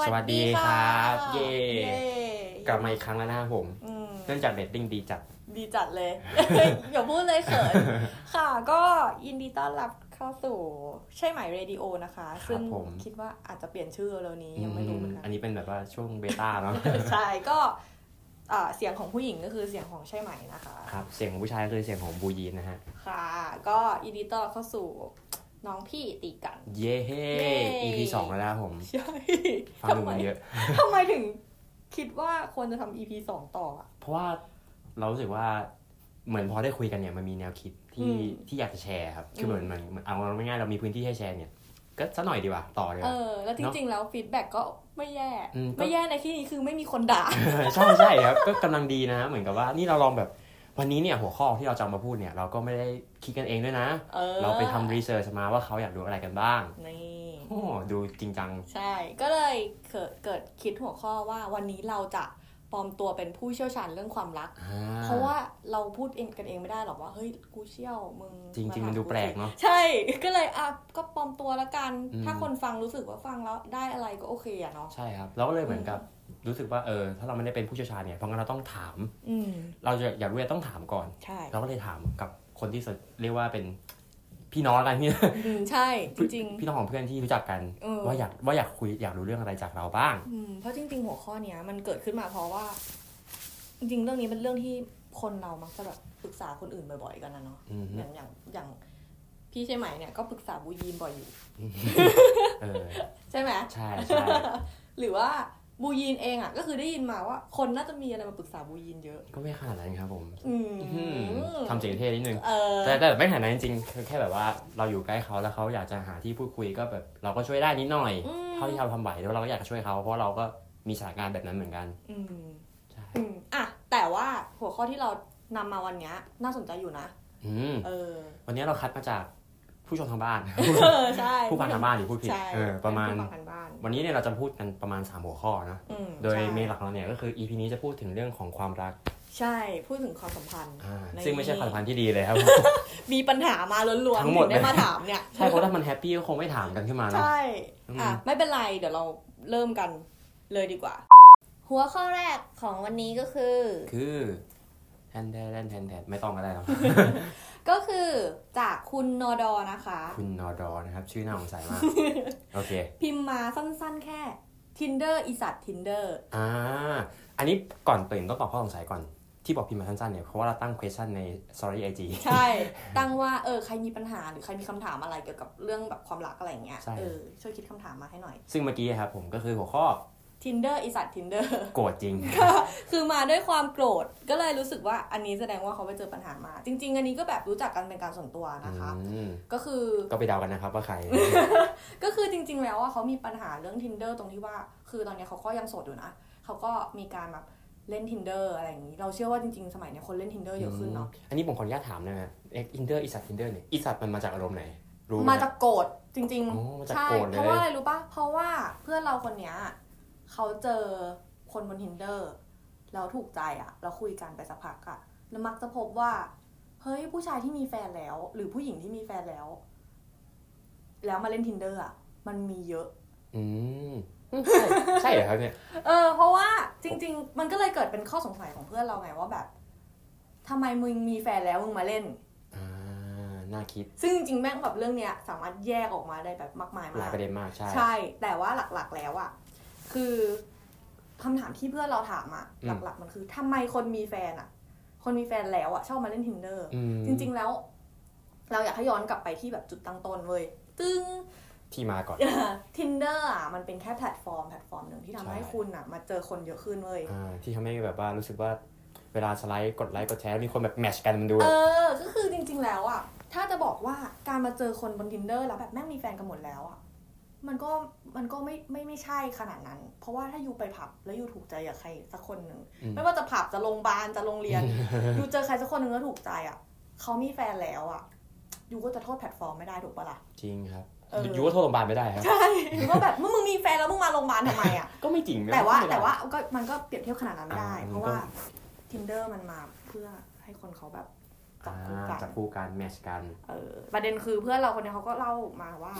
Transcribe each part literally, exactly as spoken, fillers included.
สวัสดีครับเย่กลับมาอีกครั้งแล้วนะครับผมเนื่องจากเรตติ้งดีจัดดีจัดเลย อย่าพูดเลยเขินค่ะก็ยินดีต้อนรับเข้าสู่ใช่ไหมเรดิโอนะคะซึ่งคิดว่าอาจจะเปลี่ยนชื่อเร็วนี้ยังไม่รู้เหมือนกันอันนี้เป็นแบบว่าช่วงเบต้าเนาะใช่ก็เสียงของผู้หญิงก็คือเสียงของใช่ไหมนะคะครับเสียงของผู้ชายคือเสียงของบูยีนนะฮะค่ะก็ยินดีต้อนรับเข้าสู่น้องพี่ตีกันเย้ อี พี สองแล้วนะผมใช่ฟังดูมันเยอะทำไมถึงคิดว่าควรจะทำ อี พี สองต่ออ่ะเพราะว่าเรารู้สึกว่าเหมือนพอได้คุยกันเนี่ยมันมีแนวคิดที่ที่อยากจะแชร์ครับคือเหมือนมันเอาเราไม่ง่ายเรามีพื้นที่ให้แชร์เนี่ยก็สักหน่อยดีกว่าต่อเลยเออแล้วจริงๆแล้วฟีดแบ็กก็ไม่แย่ไม่แย่ในที่นี้คือไม่มีคนด่าใช่ใช่ครับก็กำลังดีนะเหมือนกับว่านี่เราลองแบบวันนี้เนี่ยหัวข้อที่เราจะมาพูดเนี่ยเราก็ไม่ได้คิดกันเองด้วยนะ เออ เราไปทำรีเสิร์ชมาว่าเขาอยากดูอะไรกันบ้างนี่โอ้ดูจริงจังใช่ก็เลยเกิดเกิดคิดหัวข้อว่าวันนี้เราจะปลอมตัวเป็นผู้เชี่ยวชาญเรื่องความรักเพราะว่าเราพูดเองกันเองไม่ได้หรอกว่าเฮ้ยกูเชี่ยวมึงจริงๆมันดูแปลกเนาะใช่ก็เลยอ่ะก็ปลอมตัวแล้วกันถ้าคนฟังรู้สึกว่าฟังแล้วได้อะไรก็โอเคอะเนาะใช่ครับเราก็เลยเหมือนกับรู้สึกว่าเออถ้าเราไม่ได้เป็นผู้เชี่ยวชาญเนี่ยเพราะงั้นเราต้องถามเราจะอยากรู้อะไรต้องถามก่อนเราก็เลยถามกับคนที่เรียกว่าเป็นพี่น้องอะไรเนี่ยใช่จริงๆพี่น้องของเพื่อนที่รู้จักกันว่าอยากว่าอยากคุยอยากรู้เรื่องอะไรจากเราบ้างเพราะจริงๆหัวข้อเนี้ยมันเกิดขึ้นมาเพราะว่าจริงๆเรื่องนี้เป็นเรื่องที่คนเรามักจะแบบปรึกษาคนอื่นบ่อยๆกันนะเนาะอย่างอย่างอย่างพี่ใช่ไหมเนี่ยก็ปรึกษาบูยีนบ่อยอยู่ใช่ไหมใช่ใช่หรือว่าบูยีนเองอ่ะก็คือได้ยินมาว่าคนน่าจะมีอะไรมาปรึกษาบูยีนเยอะก็ไม่ขนาดนั้นครับผมทำเสียงเท่นิดนึงแต่แต่ไม่ขนาดนั้นจริงๆแค่แบบว่าเราอยู่ใกล้เขาแล้วเขาอยากจะหาที่พูดคุยก็แบบเราก็ช่วยได้นิดหน่อยเท่าที่เราทำไหวแล้วเราก็อยากจะช่วยเขาเพราะเราก็มีสถานการณ์แบบนั้นเหมือนกันใช่อ่ะแต่ว่าหัวข้อที่เรานำมาวันนี้น่าสนใจอยู่นะเออวันนี้เราคัดมาจากผู้ชมทางบ้านผู้ฟังทางบ้านหรือพูดผิดเออประมาณวันนี้เนี่ยเราจะพูดกันประมาณสามหัวข้อนะโดยเมนหลักเราเนี่ยก็คือ อี พี นี้จะพูดถึงเรื่องของความรักใช่พูดถึงความสัมพันธ์ซึ่งไม่ใช่ความสัมพันธ์ที่ดีเลยครับมีปัญหามาล้วนๆทั้งหมดได้มาถามเนี่ยใช่เพราะถ้ามันแฮปปี้ก็คงไม่ถามกันขึ้นมาเนาะใช่อ่ะไม่เป็นไรเดี๋ยวเราเริ่มกันเลยดีกว่าหัวข้อแรกของวันนี้ก็คือคือแทนแทนแทนแทนไม่ต้องก็ได้หรอกก็คือจากคุณนอดอนะคะคุณนอดอนะครับชื่อน่าสงสัยมากโอเคพิมพ์มาสั้นๆแค่ Tinder อีสัตว์ Tinder อ่าอันนี้ก่อนตื่นต้องตอบข้อสงสัยก่อนที่บอกพิมพ์มาสั้นๆเนี่ยเพราะว่าเราตั้ง question ใน story ไอ จีใช่ตั้งว่าเออใครมีปัญหาหรือใครมีคำถามอะไรเกี่ยวกับเรื่องแบบความรักอะไรอย่างเงี้ยเออช่วยคิดคำถามมาให้หน่อยซึ่งเมื่อกี้ครับผมก็คือหัวข้อ Tinder อีสัตว์ Tinder โกรธจริงคือมาด้วยความโกรธก็เลยรู้สึกว่าอันนี้แสดงว่าเขาไปเจอปัญหามาจริงๆอันนี้ก็แบบรู้จักกันเป็นการส่วนตัวนะคะก็คือก็ไปเดากันนะครับว่าใครก็คือจริงๆแล้วว่าเขามีปัญหาเรื่อง Tinder ตรงที่ว่าคือตอนนี้เขาก็ยังโสดอยู่นะเขาก็มีการแบบเล่น Tinder อะไรอย่างนี้เราเชื่อว่าจริงๆสมัยนี้คนเล่น Tinder เยอะขึ้นเนาะอันนี้ผมขออนุญาตถามนะฮะ Tinder อีสัตว์ Tinder เนี่ยอีสัตว์มันมาจากอารมณ์ไหนรู้มาจากโกรธจริงๆใช่เพราะว่าอะไรรู้ป่ะเพราะว่าเพื่อนเราคนเนี้ยเขาเจอคนบน Tinder แล้วถูกใจอ่ะแล้วคุยกันไปสักพักอ่ะแล้วมักจะพบว่าเฮ้ยผู้ชายที่มีแฟนแล้วหรือผู้หญิงที่มีแฟนแล้วแล้วมาเล่น Tinder อ่ะมันมีเยอะอืมใช่เหรอครับเนี่ยเออเพราะว่าจริงๆมันก็เลยเกิดเป็นข้อสงสัยของเพื่อนเราไงว่าแบบทำไมมึงมีแฟนแล้วมึงมาเล่นอ่าน่าคิดซึ่งจริงๆแม่งแบบเรื่องเนี้ยสามารถแยกออกมาได้แบบมากมายมากหลายประเด็นมากใช่ใช่แต่ว่าหลักๆแล้วอ่ะคือคำถามที่เพื่อนเราถามอะหลักๆมันคือทำไมคนมีแฟนอะคนมีแฟนแล้วอะชอบมาเล่น Tinder จริงๆแล้วเราอยากให้ย้อนกลับไปที่แบบจุดตั้งต้นเว้ยตึ้งที่มาก่อน Tinder อะมันเป็นแค่แพลตฟอร์มแพลตฟอร์มหนึ่งที่ทำให้คุณอะมาเจอคนเยอะขึ้นเว้ยที่ทำให้แบบว่ารู้สึกว่าเวลาสไลด์กดไลค์กดแชร์มีคนแบบแมทช์กันมันดูเออก็คือจริงๆแล้วอะถ้าจะบอกว่าการมาเจอคนบน Tinder แล้วแบบแม่งมีแฟนกันหมดแล้วอะมันก็มันก็ไม่ไม่ไม่ใช่ขนาดนั้นเพราะว่าถ้ายูไปผับแล้วยูถูกใจกับใครสักคนหนึ่งไม่ว่าจะผับจะโรงพยาบาลจะโรงเรียน ยูเจอใครสักคนหนึ่งแล้วถูกใจอ่ะเขามีแฟนแล้วอ่ะยูก็จะโทษแพลตฟอร์มไม่ได้ถูกปะล่ะจริงครับยูก็โทษโรงพยาบาลไม่ได้ครับใช่ยูก็แบบเมื่อมึงมีแฟนแล้วมึงมาโรงพยาบาลทำไมอ่ะก็ไม่จริงแต่ว่าแต่ว่าก็มันก็เปรียบเทียบขนาดนั้นไม่ได้เพราะว่า Tinder มันมาเพื่อให้คนเขาแบบจับคู่กันจับคู่กันแมทช์กันเออประเด็นคือเพื่อนเราคนนี้เขาก็เล่ามาว่า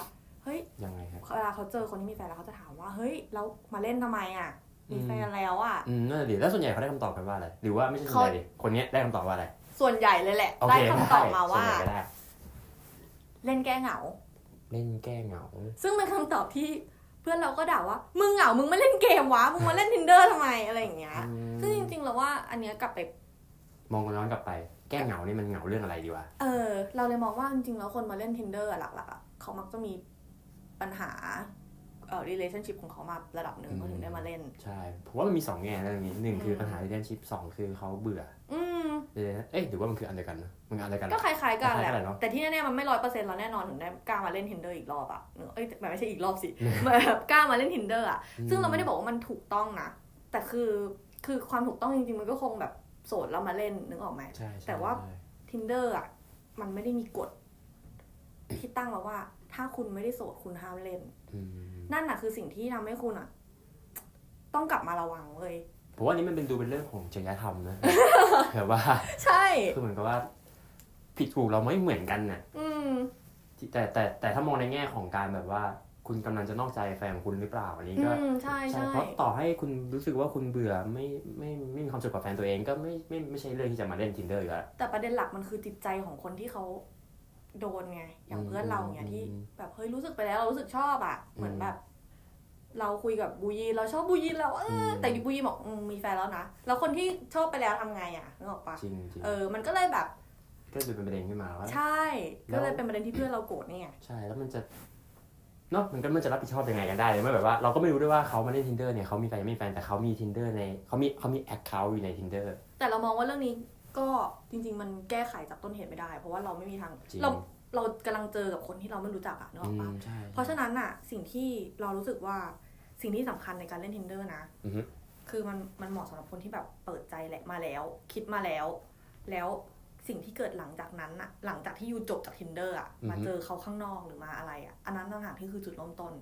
เฮ้ยยังไงครับเวลาเขาเจอคนที่มีแฟนแล้วเขาจะถามว่าเฮ้ยแล้วมาเล่นทำไมอ่ะมีแฟนแล้วอ่ะอืมนั่นแหละดิแล้วส่วนใหญ่เขาได้คำตอบกันว่าอะไรหรือว่าไม่ใช่ส่วนใหญ่ดิคนนี้ได้คำตอบว่าอะไรส่วนใหญ่เลยแหละได้คำตอบมาว่าเล่นแก้เหงาเล่นแก้เหงาซึ่งเป็นคำตอบที่เพื่อนเราก็ด่าว่ามึงเหงามึงไม่เล่นเกมวะมึงมาเล่น Tinder ทำไมอะไรอย่างเงี้ยซึ่งจริงๆแล้วว่าอันเนี้ยกลับไปมองย้อนกลับไปแก้เหงานี่มันเหงาเรื่องอะไรดีวะเออเราเลยมองว่าจริงๆแล้วคนมาเล่น Tinder หลักๆอ่ะเขามักจะมีปัญหาเอ่อ relationship ของเขามาระดับหนึ่งเขาถึงได้มาเล่นใช่เพราะว่ามันมีสองแง่นะนี้หนึ่งคือปัญหา relationship สองคือเขาเบื่ออืมเอ๊ะหรือว่ามันคืออันเดียวกันนะมันอันเดียวกันก็คล้ายๆกันแหละแต่ที่แน่ๆมันไม่ร้อยเปอร์เซ็นต์เราแน่นอนถึงได้กล้ามาเล่น Tinder อีกรอบอ่ะเอ้ยไม่ใช่อีกรอบสิแบบกล้ามาเล่น Tinder อ่ะซึ่งเราไม่ได้บอกว่ามันถูกต้องนะแต่คือคือความถูกต้องจริงๆมันก็คงแบบโสดแล้วมาเล่นนึกออกไหมแต่ว่า Tinder อ่ะมันไม่ได้มีกฎที่ตั้งมาว่าถ้าคุณไม่ได้โสดคุณห้ามเล่นนั่นน่ะคือสิ่งที่ทำให้คุณอ่ะต้องกลับมาระวังเลยผมว่านี้มันเป็นดูเป็นเรื่องของจริยธรรมนะแบบว่าใช่คือเหมือนกับว่าผิดถูกเราไม่เหมือนกันน่ะแต่แต่แต่ถ้ามองในแง่ของการแบบว่าคุณกำลังจะนอกใจแฟนคุณหรือเปล่าอันนี้ก็ใช่ใช่เพราะต่อให้คุณรู้สึกว่าคุณเบื่อไม่ไม่ไม่มีความสุขกับแฟนตัวเองก็ไม่ไม่ไม่ใช่เรื่องที่จะมาเล่น Tinder อยู่แล้วแต่ประเด็นหลักมันคือจิตใจของคนที่เขาโดนไงอย่างเพื่อนเราเนี่ยที่แบบเฮ้ยรู้สึกไปแล้วเรารู้สึกชอบอ่ะเหมือนแบบเราคุยกับบูยีเราชอบบูยีเราเออแต่บูยีบอกมีแฟนแล้วนะแล้วคนที่ชอบไปแล้วทำไงอ่ะนึกออกปะเออมันก็เลยแบบก็จะเป็นประเด็นขึ้นมาว่าใช่ก็เลยเป็นประเด็นที่เพื่อนเราโกรธนี่ไงใช่แล้วมันจะเนาะมันก็มันจะรับผิดชอบยังไงกันได้เลยไม่แบบว่าเราก็ไม่รู้ด้วยว่าเขามาเล่น Tinder เนี่ยเขามีแฟนไม่มีแฟนแต่เขามี Tinder ในเขามีเขามี account อยู่ใน Tinder แต่เรามองว่าเรื่องนี้ก็จริงๆมันแก้ไขจากต้นเหตุไม่ได้เพราะว่าเราไม่มีทางเราเรากำลังเจอกับคนที่เราไม่รู้จักอะนึกออกปะเพราะฉะนั้นอะสิ่งที่เรารู้สึกว่าสิ่งที่สำคัญในการเล่น Tinder นะคือมันมันเหมาะสำหรับคนที่แบบเปิดใจแหละมาแล้วคิดมาแล้วแล้วสิ่งที่เกิดหลังจากนั้นอะหลังจากที่ยูจบจาก Tinder อะมาเจอเขาข้างนอกหรือมาอะไรอะอันนั้นต่างหากที่คือจุดเริ่มต้น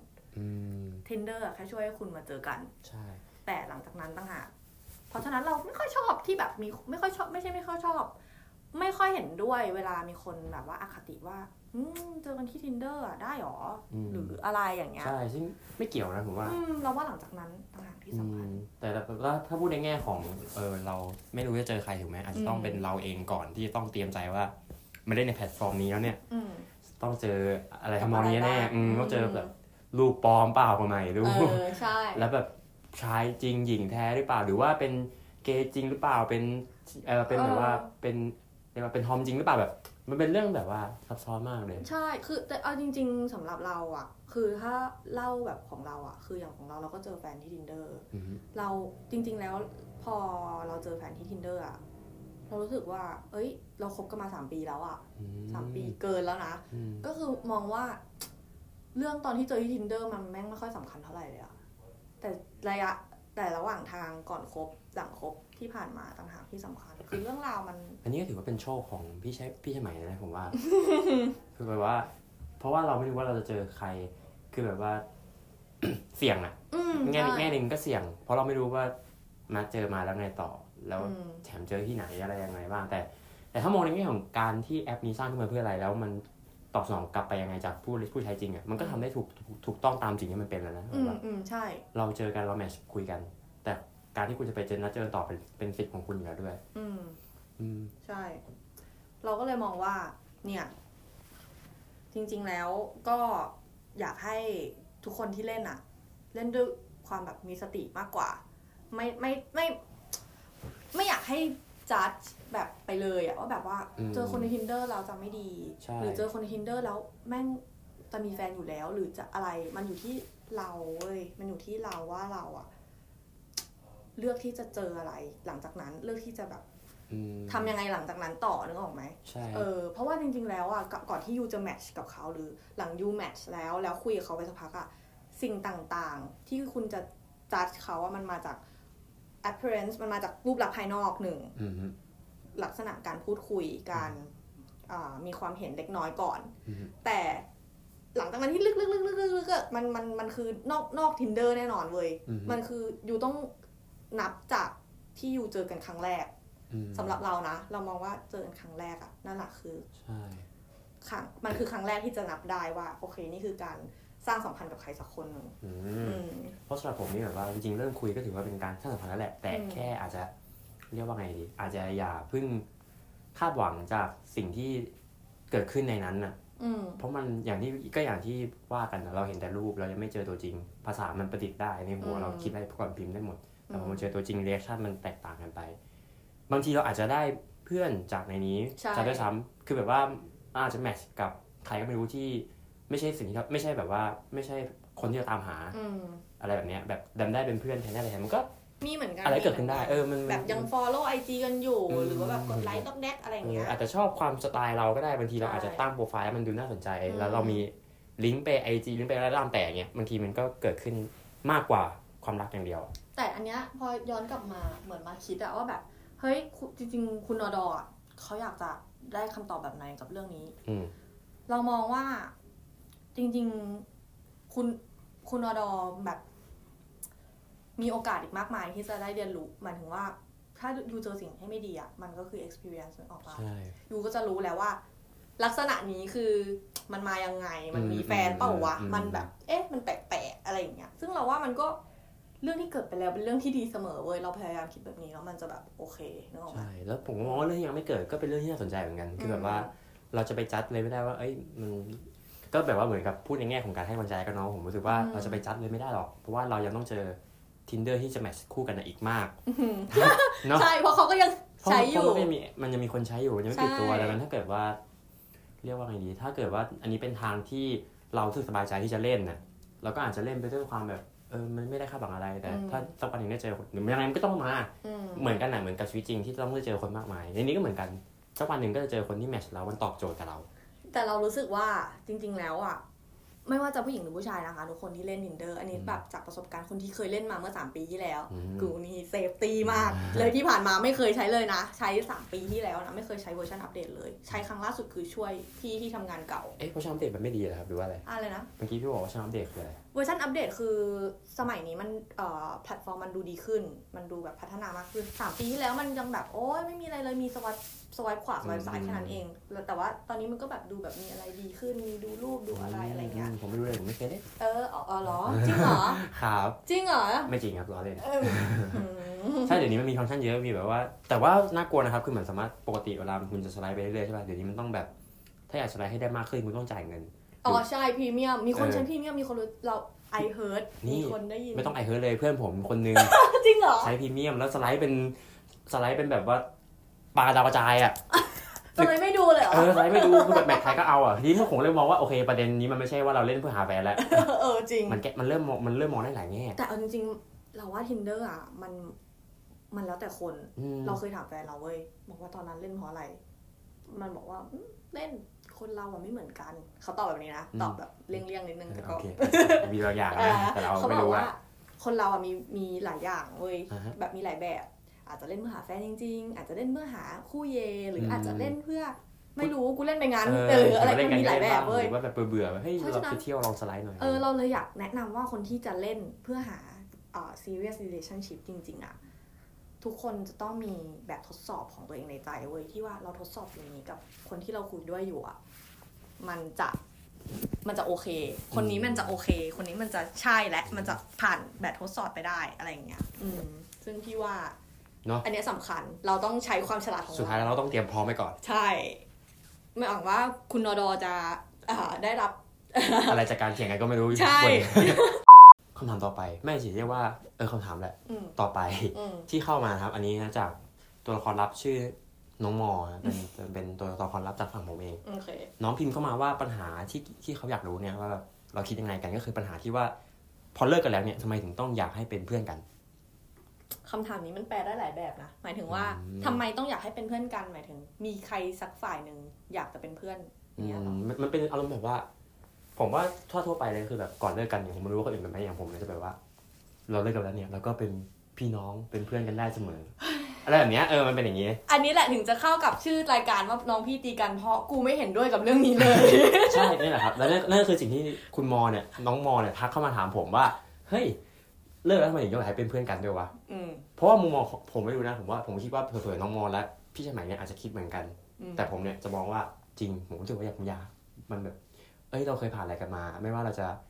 Tinder อะแค่ช่วยให้คุณมาเจอกันใช่แต่หลังจากนั้นต่างหากเพราะฉะนั้นเราไม่ค่อยชอบที่แบบมีไม่ค่อยชอบไม่ใช่ไม่ค่อยชอบไม่ค่อยเห็นด้วยเวลามีคนแบบว่าอคติว่าเจอกันที่ Tinder อ่ะได้หรอหรืออะไรอย่างเงี้ยใช่ซึ่งไม่เกี่ยวนะผมว่าเราว่าหลังจากนั้นต่างหากที่สำคัญแต่แล้วถ้าพูดในแง่ของเออเราไม่รู้จะเจอใครถูกไหมอาจจะต้องเป็นเราเองก่อนที่ต้องเตรียมใจว่าไม่ได้ในแพลตฟอร์มนี้แล้วเนี่ยต้องเจออะไรทำนองนี้แน่ต้องเจอแบบรูปปลอมเปล่าก็ไม่รู้แล้วแบบชายจริงหญิงแท้หรือเปล่าหรือว่าเป็นเกย์จริงหรือเปล่าเป็นเออเป็นแบบว่าเป็นเรียกว่าเป็นทอมจริงหรือเปล่าแบบมันเป็นเรื่องแบบว่าซับซ้อนมากเลยใช่คือแต่เอาจริงๆสำหรับเราอ่ะคือถ้าเล่าแบบของเราอ่ะคืออย่างของเราเราก็เจอแฟนที่ Tinder เราจริงๆแล้วพอเราเจอแฟนที่ Tinder อ่ะเรารู้สึกว่าเอ้ยเราคบกันมาสามปีแล้วอ่ะสามปีเกินแล้วนะก็คือมองว่าเรื่องตอนที่เจอที่ Tinder มันแม่งไม่ค่อยสำคัญเท่าไหร่เลยอ่ะแต่ระยะแต่ระหว่างทางก่อนคบหลังคบที่ผ่านมาต่างหากที่สำคัญคือเรื่องราวมันอันนี้ก็ถือว่าเป็นโชคของพี่ใช้พี่ใช่ไหมนะผมว่า คือแบบว่าเพราะว่าเราไม่รู้ว่าเราจะเจอใครคือแบบว่า เสี่ยงอะแง่แง่หนึ่งก็เสี่ยงเพราะเราไม่รู้ว่ามาเจอมาแล้วไงต่อแล้วแถมเจอที่ไหนอะไรยังไงบ้างแต่แต่ถ้ามองในแง่ของการที่แอปนี้สร้างขึ้นมาเพื่ออะไรแล้วมันตอบสนองกลับไปยังไงจากผู้ผู้ใช้จริงอะมันก็ทำได้ถูกถูกต้องตามสิ่งที่มันเป็นแล้วนะอืมใช่เราเจอกันเราแมทช์คุยกันแต่การที่คุณจะไปเจอนัดเจอต่อเป็นเป็นสิทธิ์ของคุณอยู่แล้วด้วยอืมอืมใช่เราก็เลยมองว่าเนี่ยจริงๆแล้วก็อยากให้ทุกคนที่เล่นอ่ะเล่นด้วยความแบบมีสติมากกว่าไม่ไม่ไม่ไม่อยากให้จัดแบบไปเลยอ่ะว่าแบบว่าเจอคนใน Tinder แล้วจะไม่ดีหรือเจอคนใน Tinder แล้วแม่งจะมีแฟนอยู่แล้วหรือจะอะไรมันอยู่ที่เราเว้ยมันอยู่ที่เราว่าเราอ่ะเลือกที่จะเจออะไรหลังจากนั้นเลือกที่จะแบบทำยังไงหลังจากนั้นต่อนึกออกไหมใช่เออเพราะว่าจริงๆแล้วอ่ะก่อนที่ยูจะแมทช์กับเขาหรือหลังยูแมทช์แล้วแล้วคุยกับเขาไปสักพักอ่ะสิ่งต่างๆที่คุณจะจัดเขาว่ามันมาจาก appearance มันมาจากรูปลักษณ์ภายนอกหนึ่งลักษณะการพูดคุยการมีความเห็นเล็กน้อยก่อนแต่หลังจากนั้นที่ลึกๆๆๆมันมันมันคือนอกนอก Tinder แน่นอนเว้ยมันคือยูต้องนับจากที่ยูเจอกันครั้งแรกสำหรับเรานะเรามองว่าเจอกันครั้งแรกอะนั่นแหละคือใช่ครั้งมันคือครั้งแรกที่จะนับได้ว่าโอเคนี่คือการสร้างสัมพันธ์กับใครสักคนหนึ่งเพราะสำหรับผมนี่แบบว่าจริงๆเริ่มคุยก็ถือว่าเป็นการสร้างสัมพันธ์แล้วแหละแต่แค่อาจจะเรียกว่าไงดีอาจจะอย่าเพิ่งคาดหวังจากสิ่งที่เกิดขึ้นในนั้นน่ะเพราะมันอย่างที่ก็อย่างที่ว่ากันเราเห็นแต่รูปเรายังไม่เจอตัวจริงภาษามันประดิษฐ์ได้ในหัวเราคิดได้ก่อนพิมพ์ได้หมดแต่พอมาเจอตัวจริงเรีแอคชั่นมันแตกต่างกันไปบางทีเราอาจจะได้เพื่อนจากในนี้จะด้วยซ้ำคือแบบว่าอาจจะแมทช์กับใครก็ไม่รู้ที่ไม่ใช่สิ่งที่ไม่ใช่แบบว่าไม่ใช่คนที่เราตามหาอะไรแบบนี้แบบดันได้เป็นเพื่อนแทนได้อะไรแทนมันก็มีเหมือนกันอะไรเกิดขึ้นได้เออมันแบบยัง follow ไอ จี กันอยู่หรือว่าแบบกดไลค์ต๊อกแดกอะไรอย่างเงี้ยอาจจะชอบความสไตล์เราก็ได้บางทีเราอาจจะตั้งโปรไฟล์มันดูน่าสนใจแล้วเรามีลิงก์ไป ไอ จี ลิงก์ไปอะไรตามแต่เงี้ยบางทีมันก็เกิดขึ้นมากกว่าความรักอย่างเดียวแต่อันเนี้ยพอย้อนกลับมาเหมือนมาคิดอะว่าแบบเฮ้ยจริงๆคุณนดอ่ะเขาอยากจะได้คำตอบแบบไหนกับเรื่องนี้เรามองว่าจริงๆคุณคุณนดแบบมีโอกาสอีกมากมายที่จะได้เรียนรู้หมายถึงว่าถ้ายูเจอสิ่งที่ไม่ดีอ่ะมันก็คือ experience ออกมายูก็จะรู้แล้วว่าลักษณะนี้คือมันมายังไงมันมีแฟนเปล่าวะมันแบบเอ๊ะมันแปลกๆอะไรอย่างเงี้ยซึ่งเราว่ามันก็เรื่องที่เกิดไปแล้วเป็นเรื่องที่ดีเสมอเว้ยเราพยายามคิดแบบนี้แล้วมันจะแบบโอเคนึกออกไหมใช่แล้วผมมองว่าเรื่องที่ยังไม่เกิดก็เป็นเรื่องที่น่าสนใจเหมือนกันคือแบบว่าเราจะไปจัดเลยไม่ได้ว่าเอ้ยมันก็แบบว่าเหมือนกับพูดในแง่ของการให้กำลังใจกับน้องผมรู้สึกว่าเราจะไปจัดเลยไม่ได้หรอกเพราะว่าเรายังต้องเจอ Tinder ที่จะแมทช์คู่กันอีกมากเนาะใช่เพราะเขาก็ยังใช้อยู่มันมีมันยังมีคนใช้อยู่ยังไม่ติดตัวแต่มันถ้าเกิดว่าเรียกว่าไงดีถ้าเกิดว่าอันนี้เป็นทางที่เรารู้สึกสบายใจที่จะเล่นน่ะเราก็อาจจะเล่นไปด้วยความแบบเออมันไม่ได้คาดหวังอะไรแต่ถ้าสักวันหนึ่งได้เจอคนหรือยังไงมันก็ต้องมาเหมือนกันน่ะเหมือนกับชีวิตจริงที่ต้องได้เจอคนมากมายในนี้ก็เหมือนกันสักวันหนึ่งก็จะเจอคนที่แมทช์เรามันตอบโจทย์กับเราแต่เรารู้สึกว่าจริงๆแล้วอ่ะไม่ว่าจะผู้หญิงหรือผู้ชายนะคะทุกคนที่เล่น Tinder อันนี้แบบจากประสบการณ์คนที่เคยเล่นมาเมื่อสามปีที่แล้วกูนี่เซฟตี้มากเลยที่ผ่านมาไม่เคยใช้เลยนะใช้สามปีที่แล้วนะไม่เคยใช้เวอร์ชันอัปเดตเลยใช้ครั้งล่าสุดคือช่วยพี่ที่ทำงานเก่าเอ๊ะเวอร์ชันอัปเดตมันไม่ดีเหรอครับหรือว่าอะไรอะไรนะเมื่อกี้พี่บอกว่าเวอร์ชันอัปเดตคืออะไรเวอร์ชันอัปเดตคือสมัยนี้มันเอ่อแพลตฟอร์มมันดูดีขึ้นมันดูแบบพัฒนามากขึ้นสามปีที่แล้วมันยังแบบโอ๊ยไม่มีอะไรเลยมีสวัสสวายขวาสวายซ้ายแค่นั้นเองแต่ว่าตอนนี้มันก็แบบดูแบบมีอะไรดีขึ้นมีดูรูปดูอะไรอะไรเงี้ยผมไม่รู้เลยผมไม่เคยเล่นเอออ๋อเหรอจริงเหรอครับจริงเหรอไม่จริงครับล้อเล่นใช่เดี๋ยวนี้มันมีฟังก์ชันเยอะมีแบบว่าแต่ว่าน่ากลัวนะครับคือเหมือนสามารถปกติเวลาคุณจะสไลด์ไปเรื่อยๆใช่ป่ะเดี๋ยวนี้มันต้องแบบถ้าอยากสไลด์ให้ได้มากขึ้นคุณต้องจ่ายเงินอ๋อใช่พรีเมียมมีคนใช้พรีเมียมมีคนเราไอเฮิร์ตมีคนได้ยินไม่ต้องไอเฮิร์ตเลยเพื่อนผมคนนึงจริงเหรอใช้พรีเมียมแล้วสไลด์เป็นสไลด์เป็นแบบว่าปลาดาวกระจายอ่ะสไลด์ไม่ดูเลยเหรอเออสไลด์ไม่ดูคือแบบแมทใครก็เอาอ่ะทีนี้ผมเลยมองว่าโอเคประเด็นนี้มันไม่ใช่ว่าเราเล่นเพื่อหาแฟนแล้วเออจริงมันแกมันเริ่มมองมันเริ่มมองได้หลายแง่แต่เอาจริงๆเราว่า Tinder อ่ะมันมันแล้วแต่คนเราเคยถามแฟนเราเว้ยบอกว่าตอนนั้นเล่นเพราะอะไรมันบอกว่าเล่นคนเราอ่ะไม่เหมือนกันเขาตอบแบบนี้นะตอบแบบเลี่ยงๆนิดนึงแต่ก็มีบางอย่างนะแต่เราไม่รู้ว่าคนเราอ่ะมีมีหลายอย่างเว้ยแบบมีหลายแบบอาจจะเล่นเพื่อหาแฟนจริงๆอาจจะเล่นเพื่อหาคู่เยหรืออาจจะเล่นเพื่อไม่รู้กูเล่นไปงานหรืออะไรมันมีหลายแบบเว้ยว่าแบบเบื่อๆเฮ้ยเราไปเที่ยวลองสไลด์หน่อยเออเราเลยอยากแนะนำว่าคนที่จะเล่นเพื่อหาอ่า serious relationship จริงๆอ่ะทุกคนจะต้องมีแบบทดสอบของตัวเองในใจเว้ยที่ว่าเราทดสอบอย่างนี้กับคนที่เราคุยด้วยอยู่อ่ะมันจะมันจะโอเคคนนี้มันจะโอเคคนนี้มันจะใช่และมันจะผ่านแบบทดสอบไปได้อะไรอย่างเงี้ยอืมซึ่งพี่ว่าอันนี้สำคัญเราต้องใช้ความฉลาดของเราสุดท้ายเราต้องเตรียมพร้อมไว้ก่อนใช่ไม่หวังว่าคุณนดจะได้รับอะไรจากการเถียงกันก็ไม่รู้ใช่คำถามต่อไปไม่สิเรียกว่าเออคำถามแหละต่อไปที่เข้ามาครับอันนี้นะจากตัวละครลับชื่อน้องมอเป็นเป็นตัวละครลับจากฝั่งผมเองน้องพิมพ์เข้ามาว่าปัญหาที่ที่เขาอยากรู้เนี่ยว่าเราคิดยังไงกันก็คือปัญหาที่ว่าพอเลิกกันแล้วเนี่ยทำไมถึงต้องอยากให้เป็นเพื่อนกันคำถามนี้มันแปลได้หลายแบบนะหมายถึงว่าทำไมต้องอยากให้เป็นเพื่อนกันหมายถึงมีใครสักฝ่ายหนึ่งอยากจะเป็นเพื่อนเนี่ยหรอมันเป็นอารมณ์แบบว่าผมว่าทั่วทั่วไปเลยคือแบบก่อนเลิกกันอย่างผมไม่รู้ว่าคนอื่นเป็นไหมอย่างผมเนี่ยจะแบบว่าเราเลิกกันแล้วเนี่ยเราก็เป็นพี่น้องเป็นเพื่อนกันได้เสมออะไรแบบนี้เออมันเป็นอย่างนี้อันนี้แหละถึงจะเข้ากับชื่อรายการว่าน้องพี่ตีกันเพราะกูไม่เห็นด้วยกับเรื่องนี้เลยใช่นี่แหละครับแล้วนั่นคือสิ่งที่คุณมอเนี่ยน้องมอเนี่ยทักเข้ามาถามผมว่าเฮ้ยเลิกแล้วทำไมถึงต้องให้เป็นเพื่อนกันด้วยวะเพราะว่ามุมมองผมไม่รู้นะผมว่าผมคิดว่าเผลอๆน้องมอและพี่ชายใหม่เนี่ยอาจจะคิดเหมือนกันแต่ผมเนี่ยจะมองว่าจริงผมรู้สึกว่าอยากผมอยากมันแบบเอ้ยเราเคยผ่านอะไรกันมาไม่ว่าเราจะ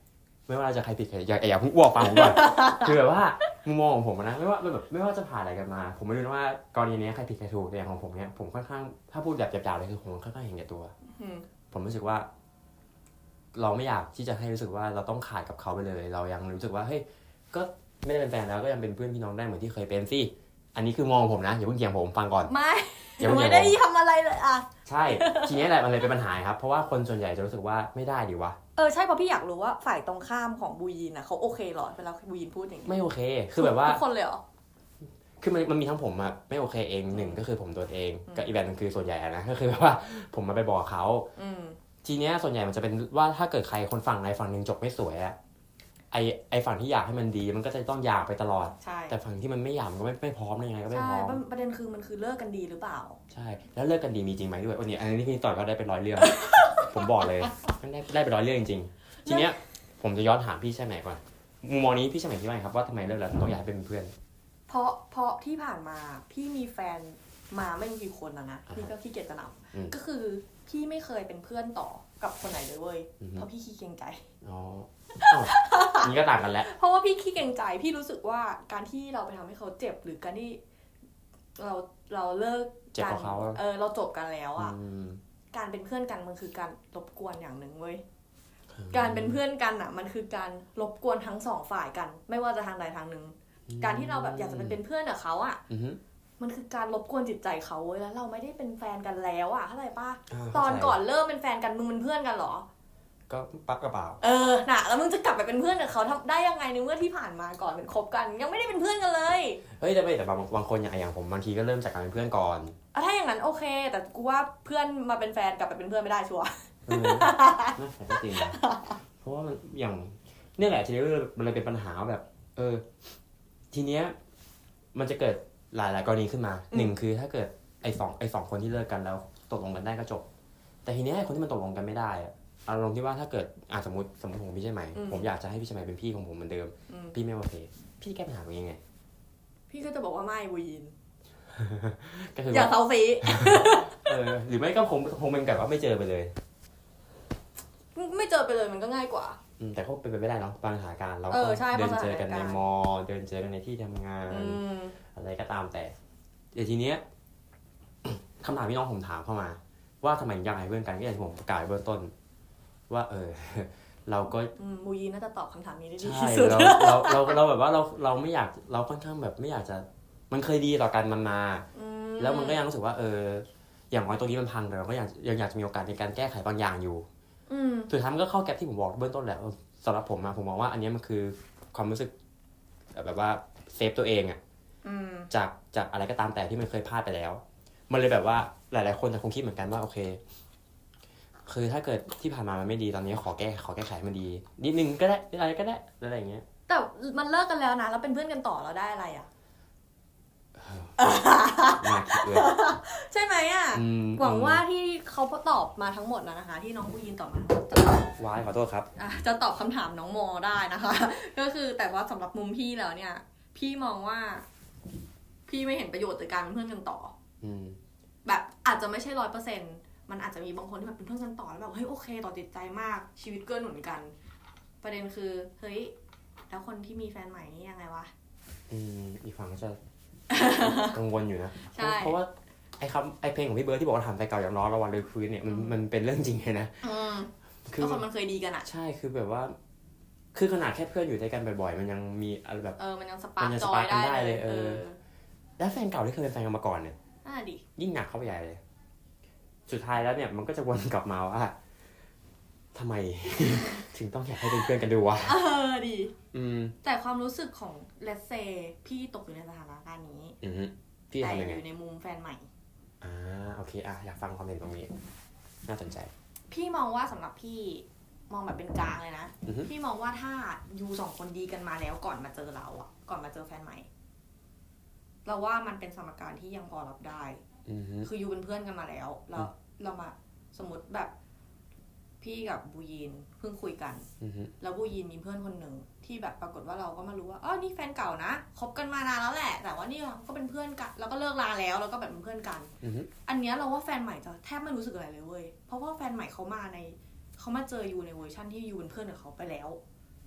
ไม่ว่าจะใครผิดใครอย่าอย่าเพิ่งอ้วกฟังผมก่อน คือแบบว่ามุมมองของผมนะไม่ว่าแบบไม่ว่าจะผ่านอะไรกันมาผมไม่รู้นะว่ากรณีนี้ใครผิดใครถูกแต่อย่างของผมเนี่ยผมค่อนข้างถ้าพูดแบบหยาบๆเลยคือผมค่อนข้างเห็นแก่ตัวผมรู้สึกว่าเราไม่อยากที่จะให้รู้สึกว่าเราต้องขาดกับเขาไปเลยเรายังรู้สึกว่าเฮ้ยก็ไม่ได้เป็นแฟนแล้วก็ยังเป็นเพื่อนพี่น้องได้เหมือนที่เคยเป็นสิอันนี้คือมองผมนะอย่าเพิ่งเถียงผมฟังก่อนไม่ยังไม่ได้ทำอะไรเลยอ่ะใช่ทีนี้แหละมันเลยเป็นปัญหาครับเพราะว่าคนส่วนใหญ่จะรู้สึกว่าไม่ได้ดิวะเออใช่เพราะพี่อยากรู้ว่าฝ่ายตรงข้ามของบูยินอ่ะเขาโอเคหรอเวลาบูยินพูดอย่างนี้ไม่โอเคคือแบบว่าทุกคนเลยเหรอคือมันมันมีทั้งผมอะไม่โอเคเองหนึ่งก็คือผมตัวเองกับอีกแบบนึงคือส่วนใหญ่นะก็คือแบบว่าผมมาไปบอกเขาทีเนี้ยส่วนใหญ่มันจะเป็นว่าถ้าเกิดใครคนฝั่งใดฝั่งนึงจบไม่สวยอะไอไอฝั่งที่อยากให้มันดีมันก็จะต้องอยากไปตลอดแต่ฝั่งที่มันไม่อยากมันก็ไม่ไม่พร้อมยังไงก็ไม่พร้อมใช่ประเด็นคือมันคือเลิกกันดีหรือเปล่าใช่แล้วเลิกกันดีมีจริงไหมด้วยวันนี้อันนี้พี่ต่อยก็ได้เป็นร้อยเรื่อง ผมบอกเลยได้ได้เป็นร้อยเรื่องจริงๆทีเนี้ยผมจะย้อนถามพี่ใช่ไหมก่อนมุมมองนี้พี่ใช่ไหมคิดว่าไงครับว่าทำไมเลิกแล้วต้องอยากให้เป็นเพื่อนเพราะเพราะที่ผ่านมาพี่มีแฟนมาไม่กี่คนนะนะพี่ก็ขี้เกียจจะนับก็คือพี่ไม่เคยเป็นเพื่อนต่อกับคนไหนเลยเว้ยเพราะพี่ขี้เกรงใจอ๋อนี่ก็ต่างกันแล้วเพราะว่าพี่ขี้เกรงใจพี่รู้สึกว่าการที่เราไปทำให้เขาเจ็บหรือการที่เราเราเลิกกันเออเราจบกันแล้วอ่ะการเป็นเพื่อนกันมันคือการรบกวนอย่างหนึ่งเว้ยการเป็นเพื่อนกันอ่ะมันคือการรบกวนทั้งสองฝ่ายกันไม่ว่าจะทางใดทางหนึ่งการที่เราแบบอยากจะเป็นเพื่อนกับเขาอ่ะมันคือการรบกวนจิตใจเขาเว้ยแล้วเราไม่ได้เป็นแฟนกันแล้วอ่ะเข้าใจป่ะตอนก่อนเริ่มเป็นแฟนกันมึงเป็นเพื่อนกันเหรอก็ปักกระเป๋าเออน่ะแล้วมึงจะกลับไปเป็นเพื่อนกับเขาทำได้ยังไงในเมื่อที่ผ่านมาก่อนเป็นคบกันยังไม่ได้เป็นเพื่อนกันเลยเฮ้ยแต่ไม่แต่บางบางคนอย่างอย่างผมบางทีก็เริ่มจากการเป็นเพื่อนก่อนอ่ะถ้าอย่างนั้นโอเคแต่กูว่าเพื่อนมาเป็นแฟนกลับไปเป็นเพื่อนไม่ได้ชัวร์เออน่าใช่ก็จริงนะเพราะว่ามันอย่างนี่แหละทีนี้มันเลยเป็นปัญหาแบบเออทีเนี้ยมันจะเกิดหลายหลายกรณีขึ้นมาหนึ่งคือถ้าเกิดไอ้สองไอ้สองคนที่เลิกกันแล้วตกลงกันได้ก็จบแต่ทีเนี้ยไอ้คนที่มันตกลงกันไม่ได้อะอารมณ์ที่ว่าถ้าเกิดอ่ะสมมติสมมติผมพี่ใช่ไหมผมอยากจะให้พี่ใช่ไหมเป็นพี่ของผมเหมือนเดิมพี่ไม่โอเคพี่แก้ปัญหาตัวเองไงพี่ก็จะบอกว่าไม่บูยินก็คืออย่าเซาซีเออหรือไม่ก็คงคงเป็นแบบว่าไม่เจอไปเลยไม่เจอไปเลยมันก็ง่ายกว่าแต่ก็เป็นไปไม่ได้เนาะบางสถานการณ์เราก็เดินเจอกันในมอเดินเจอกันในที่ทำงานอะไรก็ตามแต่เดี๋ยวทีเนี้ยคำถามที่น้องผมถามเข้ามาว่าทำไมอยากให้เพื่อนกันก็อย่างที่ผมประกาศเบื้องต้นว่าเออเราก็มูยีน่าจะตอบคำถามนี้ได้ดีที่สุดเราเราเราเราแบบว่าเราเราไม่อยากเราค่อนข้างแบบไม่อยากจะมันเคยดีต่อกันมันมาแล้วมันก็ยังรู้สึกว่าเอออย่างน้อยตรงนี้มันพังแต่เราก็ยังยังอยากจะมีโอกาสในการแก้ไขบางอย่างอยู่สุดท้ายมันก็เข้าแก๊ปที่ผมบอกเบื้องต้นแหละสำหรับผมอะผมมองว่าอันนี้มันคือความรู้สึกแบบว่าเซฟตัวเองอะจากจากอะไรก็ตามแต่ที่มันเคยพลาดไปแล้วมันเลยแบบว่าหลายๆคนจะคงคิดเหมือนกันว่าโอเคคือถ้าเกิดที่ผ่านมามันไม่ดีตอนนี้ขอแก้ขอแก้ไขมันดีนิดนึงก็ได้อะไรก็ได้อะไรอย่างเงี้ยแต่มันเลิกกันแล้วนะแล้วเป็นเพื่อนกันต่อเราได้อะไรอ่ะน่าคิดเลยใช่ไหมอ่ะหวังว่าที่เขาตอบมาทั้งหมดนะคะที่น้องผู้ยินตอบมาจะตอบว้ายขอโทษครับจะตอบคำถามน้องโมได้นะคะก็คือแต่ว่าสำหรับมุมพี่แล้วเนี่ยพี่มองว่าพี่ไม่เห็นประโยชน์จากการเป็นเพื่อนกันต่อแบบอาจจะไม่ใช่ร้อยเปอร์เซ็นต์มันอาจจะมีบางคนที่แบบเป็นเพื่อนกันต่อแล้วแบบเฮ้ยโอเคต่อจิตใจมากชีวิตเกื้อหนุนกันประเด็นคือเฮ้ยแล้วคนที่มีแฟนใหม่นี่ยังไงวะอืมอีกฝั่งก็จะกังวลอยู่นะเพราะว่าไอ้คำไอ้เพลงของพี่เบิร์ดที่บอกว่าถามใจเก่าอย่างร้อนระวันเลยคืนเนี่ยมันมันเป็นเรื่องจริงเลยนะคือคนมันเคยดีกันอ่ะใช่คือแบบว่าคือขนาดแค่เพื่อนอยู่ด้วยกันบ่อยๆมันยังมีอะไรแบบเออมันยังสปาร์คจอยได้เลยเออแล้วแฟนเก่าที่เคยเป็นแฟนกันมาก่อนเนี่ยน่าดิยิ่งหนักเข้าไปใหญ่เลยสุดท้ายแล้วเนี่ยมันก็จะวนกลับมาว่าทำไม ถึงต้องอยากให้เป็นเพื่อนกันดูวะเออดีแต่ความรู้สึกของเลสเซพี่ตกอยู่ในสถานการณ์นี้พี่แต่ทำยังไงอยู่ในมุมแฟนใหม่อ่าโอเคอ่ะอยากฟังความเห็นตรงนี้น่าสนใจพี่มองว่าสำหรับพี่มองแบบเป็นกลางเลยนะพี่มองว่าถ้ายูสองคนดีกันมาแล้วก่อนมาเจอเราอ่ะก่อนมาเจอแฟนใหม่เราว่ามันเป็นสมการที่ยังพอรับได้คือยูเป็นเพื่อนกันมาแล้วแล้วเรามาสมมติแบบพี่กับบูยินเพิ่งคุยกันแล้วบูยินมีเพื่อนคนหนึ่งที่แบบปรากฏว่าเราก็มารู้ว่าอ๋อนี่แฟนเก่านะคบกันมานานแล้วแหละแต่ว่านี่ก็เป็นเพื่อนกันแล้วก็เลิกลาแล้วแล้วก็แบบเป็นเพื่อนกันอันนี้เราว่าแฟนใหม่จะแทบไม่รู้สึกอะไรเลยเว้ยเพราะว่าแฟนใหม่เขามาในเขามาเจอยูในเวอร์ชั่นที่ยูเป็นเพื่อนกับเขาไปแล้ว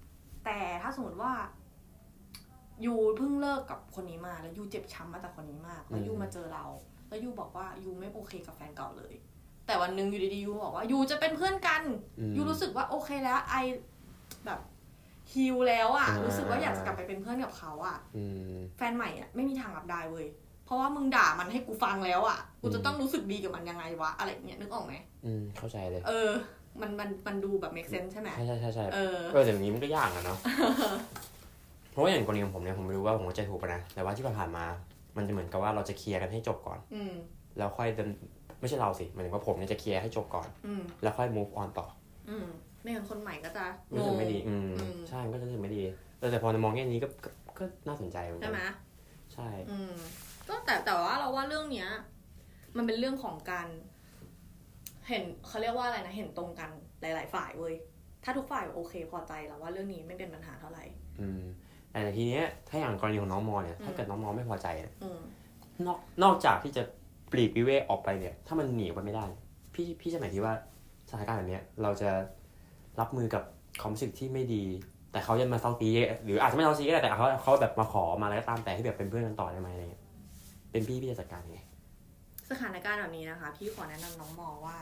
แต่ถ้าสมมติว่ายูเพิ่งเลิกกับคนนี้มาแล้วยูเจ็บช้ำมาจากคนนี้มากแล้วยูมาเจอเราแล้วยูบอกว่ายูไม่โอเคกับแฟนเก่าเลยแต่วันนึงอยู่ดีๆยูบอกว่ายูจะเป็นเพื่อนกันยูรู้สึกว่าโอเคแล้วไอแบบฮิลแล้วอ่ะรู้สึกว่าอยากจะกลับไปเป็นเพื่อนกับเขาอ่ะแฟนใหม่อ่ะไม่มีทางรับได้เว้ยเพราะว่ามึงด่ามันให้กูฟังแล้วอ่ะกูจะต้องรู้สึกดีกับมันยังไงวะอะไรเงี้ยนึกออกไหมอืมเข้าใจเลยเออมันมันมันดูแบบ make sense ใช่ไหมใช่ใช่ใช่ใช่เออเออแต่อย่างนี้มันก็ยากอะเนาะ เพราะว่าอย่างกรณีของผมเนี่ยผมไม่รู้ว่าผมเข้าใจถูกป่ะนะแต่ว่าที่ผ่านมามันจะเหมือนกับว่าเราจะเคลียร์กันให้จบก่อนแล้วค่อยเดินไม่ใช่เราสิหมายถึงว่าผมเนี่ยจะเคลียร์ให้จบก่อนแล้วค่อย move on ต่อไม่งั้นคนใหม่ก็จะรู้สึกไม่ดีอืมใช่ก็จะรู้สึกไม่ดีแต่พอมองแง่นี้ก็ก็น่าสนใจเหมือนกันใช่ไหมใช่ก็แต่แต่ว่าเราว่าเรื่องเนี้ยมันเป็นเรื่องของการเห็นเขาเรียกว่าอะไรนะเห็นตรงกันหลายๆฝ่ายเว้ยถ้าทุกฝ่ายโอเคพอใจแล้วว่าเรื่องนี้ไม่เป็นปัญหาเท่าไหร่อืมแต่ทีเนี้ยถ้าอย่างกรณีของน้องมอเนี่ยถ้าเกิดน้องมอไม่พอใจนอกนอกจากที่จะปลีกวิเวกออกไปเนี่ยถ้ามันหนีไปไม่ได้พี่พี่จะหมายที่ว่าสถานการณ์แบบนี้เราจะรับมือกับความรู้สึกที่ไม่ดีแต่เขาจะมาเซาซีหรืออาจจะไม่เซาซีก็ได้แต่เขาเขาแบบมาขอมาอะไรก็ตามแต่ที่แบบเป็นเพื่อนกันต่อได้ไหมอะไรเงี้ยเป็นพี่พี่จะจัดการยังไงสถานการณ์แบบนี้นะคะพี่ขอแนะนำน้องมอว่า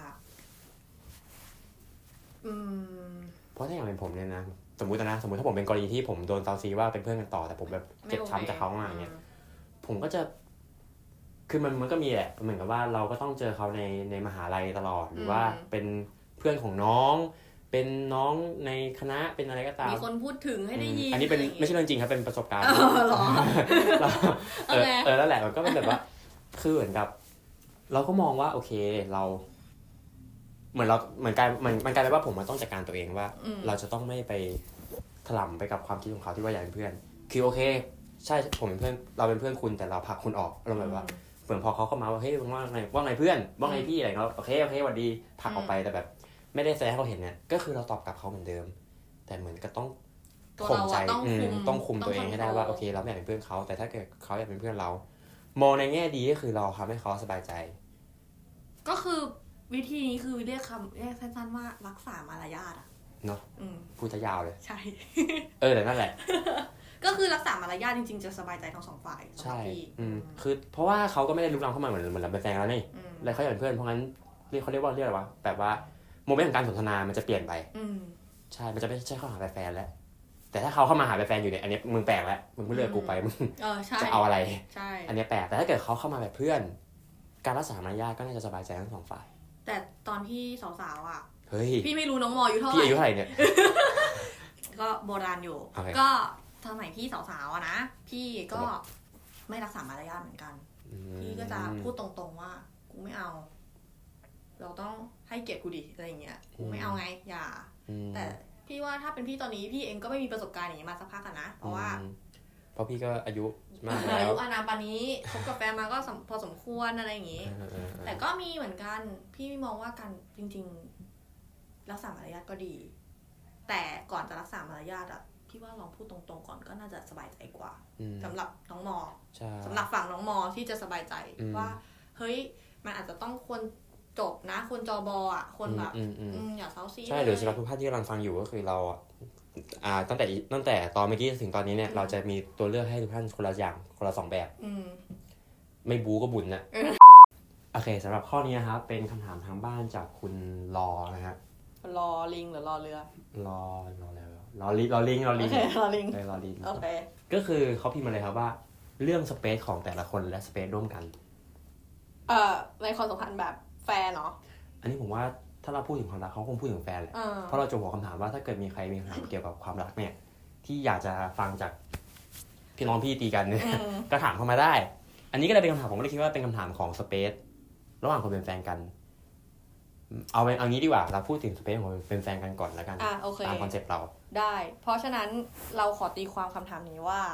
อืมเพราะถ้าอย่างเป็นผมเนี่ยนะสมมุตินะสมมุติถ้าผมเป็นกรณีที่ผมโดนเซาซีว่าเป็นเพื่อนกันต่อแต่ผมแบบเจ็บช้ำจากเขามาอย่างเงี้ยผมก็จะคือมันมันก็มีแหละเหมือนกับว่าเราก็ต้องเจอเขาในในมหาลัยตลอดหรือว่าเป็นเพื่อนของน้องเป็นน้องในคณะเป็นอะไรก็ตามมีคนพูดถึงให้ได้ยินอันนี้เป็นไม่ใช่เรื่องจริงครับเป็นประสบการณ์หรอเออเออแล้วแหละมันก็เป็นแบบว่าคือเหมือนกับเราก็มองว่าโอเคเราเหมือนเราเหมือนกลายมันมันกลายเป็นว่าผมมันต้องจัดการตัวเองว่าเราจะต้องไม่ไปถลำไปกับความคิดของเขาที่ว่าอยากเป็นเพื่อนคือโอเคใช่ผมเป็นเพื่อนเราเป็นเพื่อนคุณแต่เราผลักคุณออกเราแบบว่าเหมือนพอเขาเข้ามาว่าเฮ้ยว่าไงว่าไงเพื่อนว่าไงพี่อะไรเงี้ยโอเคโอเคสวัสดีผลักออกไปแต่แบบไม่ได้แสดงให้เขาเห็นเนี่ยก็คือเราตอบกลับเขาเหมือนเดิมแต่เหมือนก็ต้องข่มใจต้องคุมตัวเองให้ได้ว่าโอเคเราไม่อยากเป็นเพื่อนเขาแต่ถ้าเกิดเขาอยากเป็นเพื่อนเรามองในแง่ดีก็คือเราทำให้เขาสบายใจก็คือวิธีนี้คือเรียกคำเรียกสั้นๆว่ารักษามารยาทอ่ะเนาะพูดจะยาวเลยใช่เออแต่นั่นแหละก็คือรักษามารยาทจริงๆจะสบายใจทั้งสองฝ่ายใช่อืมคือเพราะว่าเขาก็ไม่ได้ลุกล้ำเข้ามาเหมือนเหมือนเราเป็นแฟนแล้วนี่แล้วเขาอยากเป็นเพื่อนเพราะงั้นเรียกเขาเรียกว่าเรียกอะไรวะแบบว่าโมเมนต์ของการสนทนามันจะเปลี่ยนไปใช่มันจะไม่ใช่เข้าหาแฟนแล้วแต่ถ้าเขาเข้ามาหาแฟนอยู่เนี่ยอันนี้มึงแปลกแล้วมึงไม่เลือกกูไปมึงจะเอาอะไรอันนี้แปลกแต่ถ้าเกิดเขาเข้ามาแบบเพื่อนการรักษามารยาทก็น่าจะสบายใจทั้งสองฝ่ายแต่ตอนพี่สาวๆอ่ะเฮ้ยพี่ไม่รู้น้องมออายุเท่าไหร่พี่อายุเท่าไหร่เนี่ยก็โบราณอยู่ก็สมัยพี่สาวๆอ่ะนะพี่ก็ไม่รักษามารยาทเหมือนกันพี่ก็จะพูดตรงๆว่ากูไม่เอาเราต้องให้เกียรติกูดิอะไรอย่างเงี้ยกูไม่เอาไงอย่าแต่พี่ว่าถ้าเป็นพี่ตอนนี้พี่เองก็ไม่มีประสบการณ์อย่างนี้มาสักพักกันนะเพราะว่าเพราะพี่ก็อายุมากแล้วอายุอานาปานี้คบกับแฟนมาก็พอสมควรอะไรอย่างงี้แต่ก็มีเหมือนกันพี่มองว่าการจริงๆรักษามารยาทก็ดีแต่ก่อนจะรักษามารยาทอ่ะพี่ว่าลองพูดตรงๆก่อนก็น่าจะสบายใจกว่าสำหรับน้องมอสำหรับฝั่งน้องมอที่จะสบายใจว่าเฮ้ยมันอาจจะต้องควรจบนะควรจบอ่ะควรแบบอย่าเซาซีใช่หรือสำหรับทุกท่านที่กำลังฟังอยู่ก็คือเราอ่าตั้งแต่ตั้งแต่ตอนเมื่อกี้ถึงตอนนี้เนี่ยเราจะมีตัวเลือกให้ทุกท่านคนละอย่างคนละสองแบบไม่บู๊ก็บุญนะโอเคสำหรับข้อนี้นะครับเป็นคำถามทางบ้านจากคุณรอนะฮะรอลิงหรือรอเรือรอรอแล้วรอลิรอลิงรอลิงรอลิงเลยรอลิงโอเคก็คือเขาพิมพ์มาเลยครับว่าเรื่องสเปซของแต่ละคนและสเปซร่วมกันเอ่อในความสัมพันธ์แบบแฟนเนาะอันนี้ผมว่าถ้าเราพูดถึงความรักเขาคงพูดถึงแฟนแหละเพราะเราจะหัวคำถามว่าถ้าเกิดมีใครมีคำถามเกี่ยวกับความรักเนี่ยที่อยากจะฟังจากพี่น้องพี่ตีกันเนี่ยก็ถามเข้ามาได้อันนี้ก็เลยเป็นคำถามผมก็เลยคิดว่าเป็นคำถามของสเปซระหว่างคนเป็นแฟนกันเอาเป็นเอางี้ดีกว่าเราพูดถึงสเปซของคนเป็นแฟนกันก่อนแล้วกันตามคอนเซ็ปต์เราได้เพราะฉะนั้นเราขอตีความคำถามนี้ว่า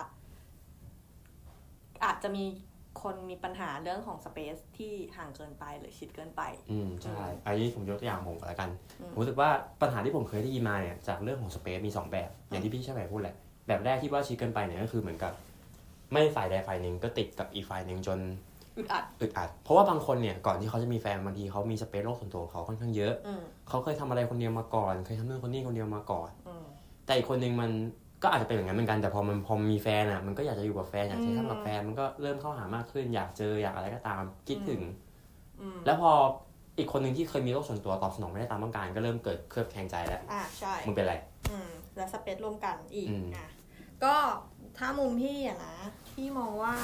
อาจจะมีคนมีปัญหาเรื่องของสเปซที่ห่างเกินไปหรือชิดเกินไปอืมใช่อันนี้ผมยกตัวอย่างผมก็แล้วกันผมรู้สึกว่าปัญหาที่ผมเคยได้ยินมาเนี่ยจากเรื่องของสเปซมีสองแบบอย่างที่พี่ชาแหวนพูดแหละแบบแรกที่ว่าชิดเกินไปเนี่ยก็คือเหมือนกับไม่ฝ่ายใดฝ่ายหนึ่งก็ติดกับอีกฝ่ายหนึ่งจนอึดอัดอึดอัดเพราะว่าบางคนเนี่ยก่อนที่เขาจะมีแฟนบางทีเขามีสเปซโลกส่วนตัวของเขาค่อนข้างเยอะเขาเคยทำอะไรคนเดียวมาก่อนเคยทำเรื่องคนนี้คนเดียวมาก่อนแต่อีกคนนึงมันก็อาจจะเป็นอย่างนั้นเหมือนกันแต่พอมันพอมีแฟนอ่ะมันก็อยากจะอยู่กับแฟนอยากใช้ชีวิตกับแฟนมันก็เริ่มเข้าหามากขึ้นอยากเจออยากอะไรก็ตามคิดถึงแล้วพออีกคนหนึ่งที่เคยมีโลกส่วนตัวตอบสนองไม่ได้ตามต้องการก็เริ่มเกิดเครือบแคลงใจแล้วอ่าใช่มึงเป็นไรอืมแล้วสเปซร่วมกันอีกอ่ะก็ถ้ามุมพี่อะนะพี่มองว่า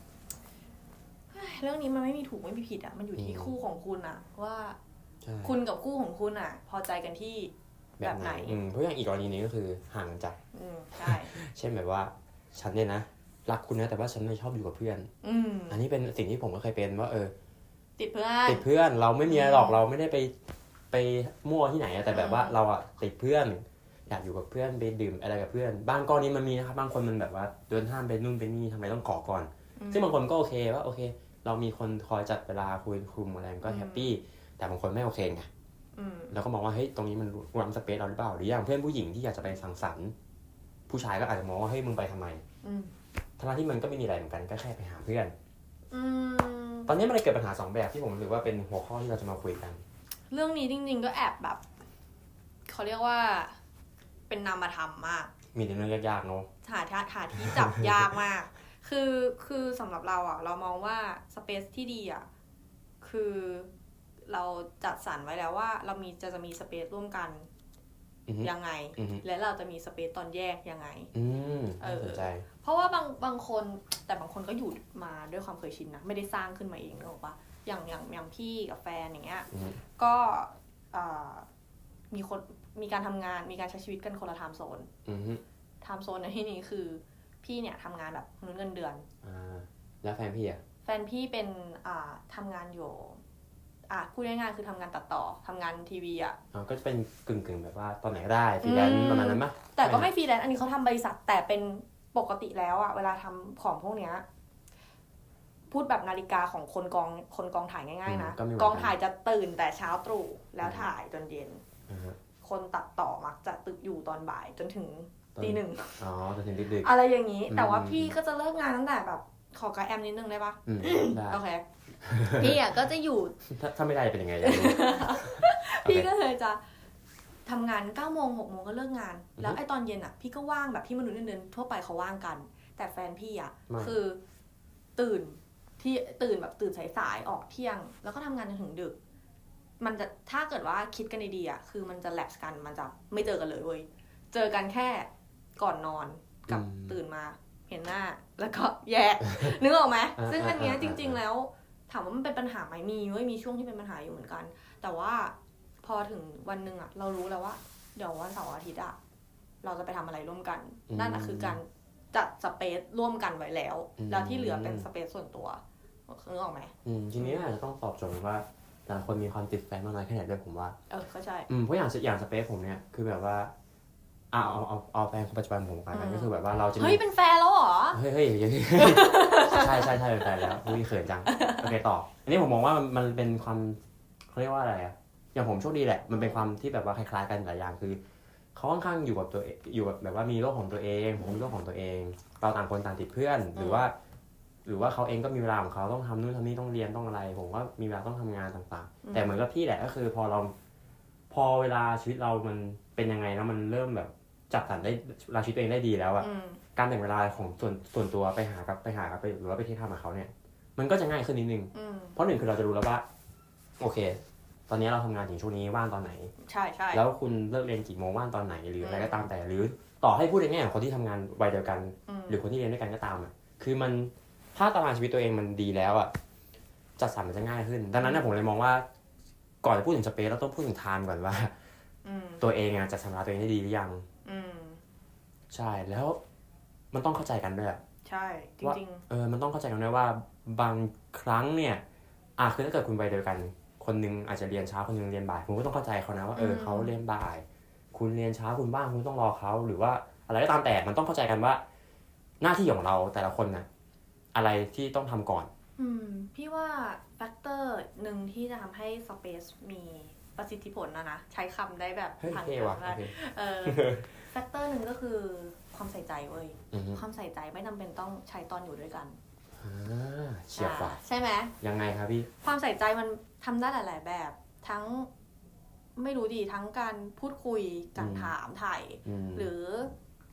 เรื่องนี้มันไม่มีถูกไม่มีผิดอ่ะมันอยู่ที่คู่ของคุณอ่ะว่าคุณกับคู่ของคุณอ่ะพอใจกันที่แบบไหนเพราะอย่างอีกกรณีนึงก็คือห่างกันจากใช่เช่นแบบว่าฉันเนี่ยนะรักคุณนะแต่ว่าฉันไม่ชอบอยู่กับเพื่อนอันนี้เป็นสิ่งที่ผมก็เคยเป็นว่าเออติดเพื่อนติดเพื่อนเราไม่มีอะไรหรอกเราไม่ได้ไปไปมั่วที่ไหนแต่แบบว่าเราอะติดเพื่อนอยากอยู่กับเพื่อนไปดื่มอะไรกับเพื่อนบางกรณีมันมีนะครับบางคนมันแบบว่าเดินห้ามไปนู่นไปนี่ทำไมต้องขอก่อนซึ่งบางคนก็โอเคว่าโอเคเรามีคนคอยจัดเวลาคุยคุมอะไรก็แฮปปี้แต่บางคนไม่โอเคไงแล้วก็มองว่าเฮ้ยตรงนี้มันรำสเปซเราหรือเปล่าหรืออย่างเพื่อนผู้หญิงที่อยากจะไปสังสรรค์ผู้ชายก็อาจจะมองว่าเฮ้ยมึงไปทำไมทั้งที่มันก็ไม่มีอะไรเหมือนกันก็แค่ไปหาเพื่อนตอนนี้มันเลยเกิดปัญหาสองแบบที่ผมรู้สึกว่าเป็นหัวข้อที่เราจะมาคุยกันเรื่องนี้จริงๆก็แอบแบบเขาเรียกว่าเป็นนามธรรมมากมีเรื่องยากๆเนาะหาที่หาที่จับยากมากคือคือสำหรับเราอ่ะเรามองว่าสเปซที่ดีอ่ะคือเราจัดสรรไว้แล้วว่าเรามีจะจะมีสเปซร่วมกันยังไงและเราจะมีสเปซตอนแยกยังไงเออเพราะว่าบางบางคนแต่บางคนก็อยู่มาด้วยความเคยชินนะไม่ได้สร้างขึ้นมาเองนึกออกปะอย่างอย่างอย่างพี่กับแฟนอย่างเงี้ยก็มีคนมีการทำงานมีการใช้ชีวิตกันคนละไทม์โซนไทม์โซนในที่นี้คือพี่เนี่ยทำงานแบบมนุษย์เงินเดือนอ่าแล้วแฟนพี่อ่ะแฟนพี่เป็นอ่าทำงานอยู่อ่ะพูดง่ายๆคือทำงานตัดต่อทำงานทีวีอ่ะอ๋อก็จะเป็นกึ่งๆแบบว่าตอนไหนก็ได้ฟรีแลนซ์ประมาณนั้นปะแต่ก็ไม่ฟรีแลนซ์อันนี้เขาทำบริษัทแต่เป็นปกติแล้วอ่ะเวลาทำของพวกเนี้ยพูดแบบนาฬิกาของคนกองคนกองถ่ายง่ายๆนะกองถ่ายจะตื่นแต่เช้าตรู่แล้วถ่ายจนเย็นคนตัดต่อมักจะตึกอยู่ตอนบ่ายจนถึงตีหนึ่งอ๋อจนถึงดึกๆอะไรอย่างนี้แต่ว่าพี่ก็จะเลิกงานตั้งแต่แบบขอกระแอมนิดนึงได้ปะได้โอเคพี่อ่ะก็จะอยู่ถ้าไม่ได้เป็นยังไงพี่ก็เลยจะทำงานเก้าโมงหกโมงก็เลิกงานแล้วไอ้ตอนเย็นอ่ะพี่ก็ว่างแบบที่มนุษย์เงินเดือนทั่วไปเขาว่างกันแต่แฟนพี่อ่ะคือตื่นที่ตื่นแบบตื่นสายๆออกเที่ยงแล้วก็ทำงานจนถึงดึกมันจะถ้าเกิดว่าคิดกันดีๆอ่ะคือมันจะแลปส์กันมันจะไม่เจอกันเลยเว้ยเจอกันแค่ก่อนนอนกับตื่นมาเห็นหน้าแล้วก็แยกนึกออกไหมซึ่งอันเนี้ยจริงๆแล้วถามว่ามันเป็นปัญหาไหมมีเว้ยมีช่วงที่เป็นปัญหาอยู่เหมือนกันแต่ว่าพอถึงวันนึงอ่ะเรารู้แล้วว่าเดี๋ยววันเสาร์อาทิตย์อ่ะเราจะไปทำอะไรร่วมกันนั่นแหละคือการจัดสเปซร่วมกันไว้แล้วแล้วที่เหลือเป็นสเปซส่วนตัวนึกออกไหมทีนี้อาจจะต้องตอบโจทย์ว่าแต่ละคนมีความติดแฟนมากน้อยแค่ไหนด้วยผมว่าเออก็ใช่เพราะอย่างอย่างสเปซผมเนี่ยคือแบบว่าเอาเอาเอาเอาแฟนคนปัจจุบันผมกันก็คือแบบว่าเราจะเฮ้ยเป็นแฟนแล้วเหรอเฮ้ยเฮ้ยใช่ใช่ใช่เป็นแฟนแล้วมีเขินจังโอเคต่ออันนี้ผมมองว่ามันเป็นความเขาเรียกว่าอะไรอะอย่างผมโชคดีแหละมันเป็นความที่แบบว่าคล้ายๆกันหลายอย่างคือเขาค่อนข้างอยู่กับตัวอยู่แบบแบบว่ามีโลกของตัวเองผมมีโลกของตัวเองเราต่างคนต่างติดเพื่อนหรือว่าหรือว่าเขาเองก็มีเวลาของเขาต้องทำนู่นทำนี่ต้องเรียนต้องอะไรผมก็มีเวลาต้องทำงานต่างๆแต่เหมือนกับพี่แหละก็คือพอเราพอเวลาชีวิตเรามันเป็นยังไงแล้วมันเริ่มแบบจัดสรรได้เราชีวิตตัวเองได้ดีแล้วอะการแบ่งเวลาของส่วนส่วนตัวไปหากับไปหากับไปหรือว่าไปที่ทำกับเขาเนี่ยมันก็จะง่ายขึ้นนิดนึงเพราะหนึ่งคือเราจะรู้แล้วว่าโอเคตอนนี้เราทำงานถึงช่วงนี้ว่างตอนไหนใช่ใช่แล้วคุณเลิกเรียนกี่โมงว่างตอนไหนหรืออะไรก็ตามแต่หรือต่อให้พูดในแง่ของคนที่ทำงานวัยเดียวกันหรือคนที่เรียนด้วยกันก็ตามอะคือมันถ้าตารางชีวิตตัวเองมันดีแล้วอะจัดสรรมันจะง่ายขึ้นดังนั้นนะผมเลยมองว่าก่อนจะพูดถึงสเปซเราต้องพูดถึงไทม์ก่อนว่าตัวเองอะจัดสรรเวลาตัวเองได้ดีหรือยังใช่แล้วมันต้องเข้าใจกันด้วยใช่จริงๆเออมันต้องเข้าใจกันด้วยว่าบางครั้งเนี่ยอ่ะคือถ้าเกิดคุณวัยเดียวกันคนนึงอาจจะเรียนเช้าคนนึงเรียนบ่ายคุณก็ต้องเข้าใจเขานะว่าเออเขาเรียนบ่ายคุณเรียนเช้าคุณบ้างคุณต้องรอเขาหรือว่าอะไรก็ตามแต่มันต้องเข้าใจกันว่าหน้าที่ของเราแต่ละคนน่ะอะไรที่ต้องทำก่อนอืมพี่ว่าแฟกเตอร์หนึ่งที่จะทำให้สเปซมีประสิทธิผลนะนะใช้คำได้แบบทางการได้เออแฟกเตอร์หนึ่งก็คือความใส่ใจเว้ยความใส่ใจไม่จำเป็นต้องใช้ตอนอยู่ด้วยกันเฉียบกว่าใช่ไหมยังไงครับพี่ความใส่ใจมันทำได้หลายๆแบบทั้งไม่รู้ดีทั้งการพูดคุยการถามถ่ายหรือ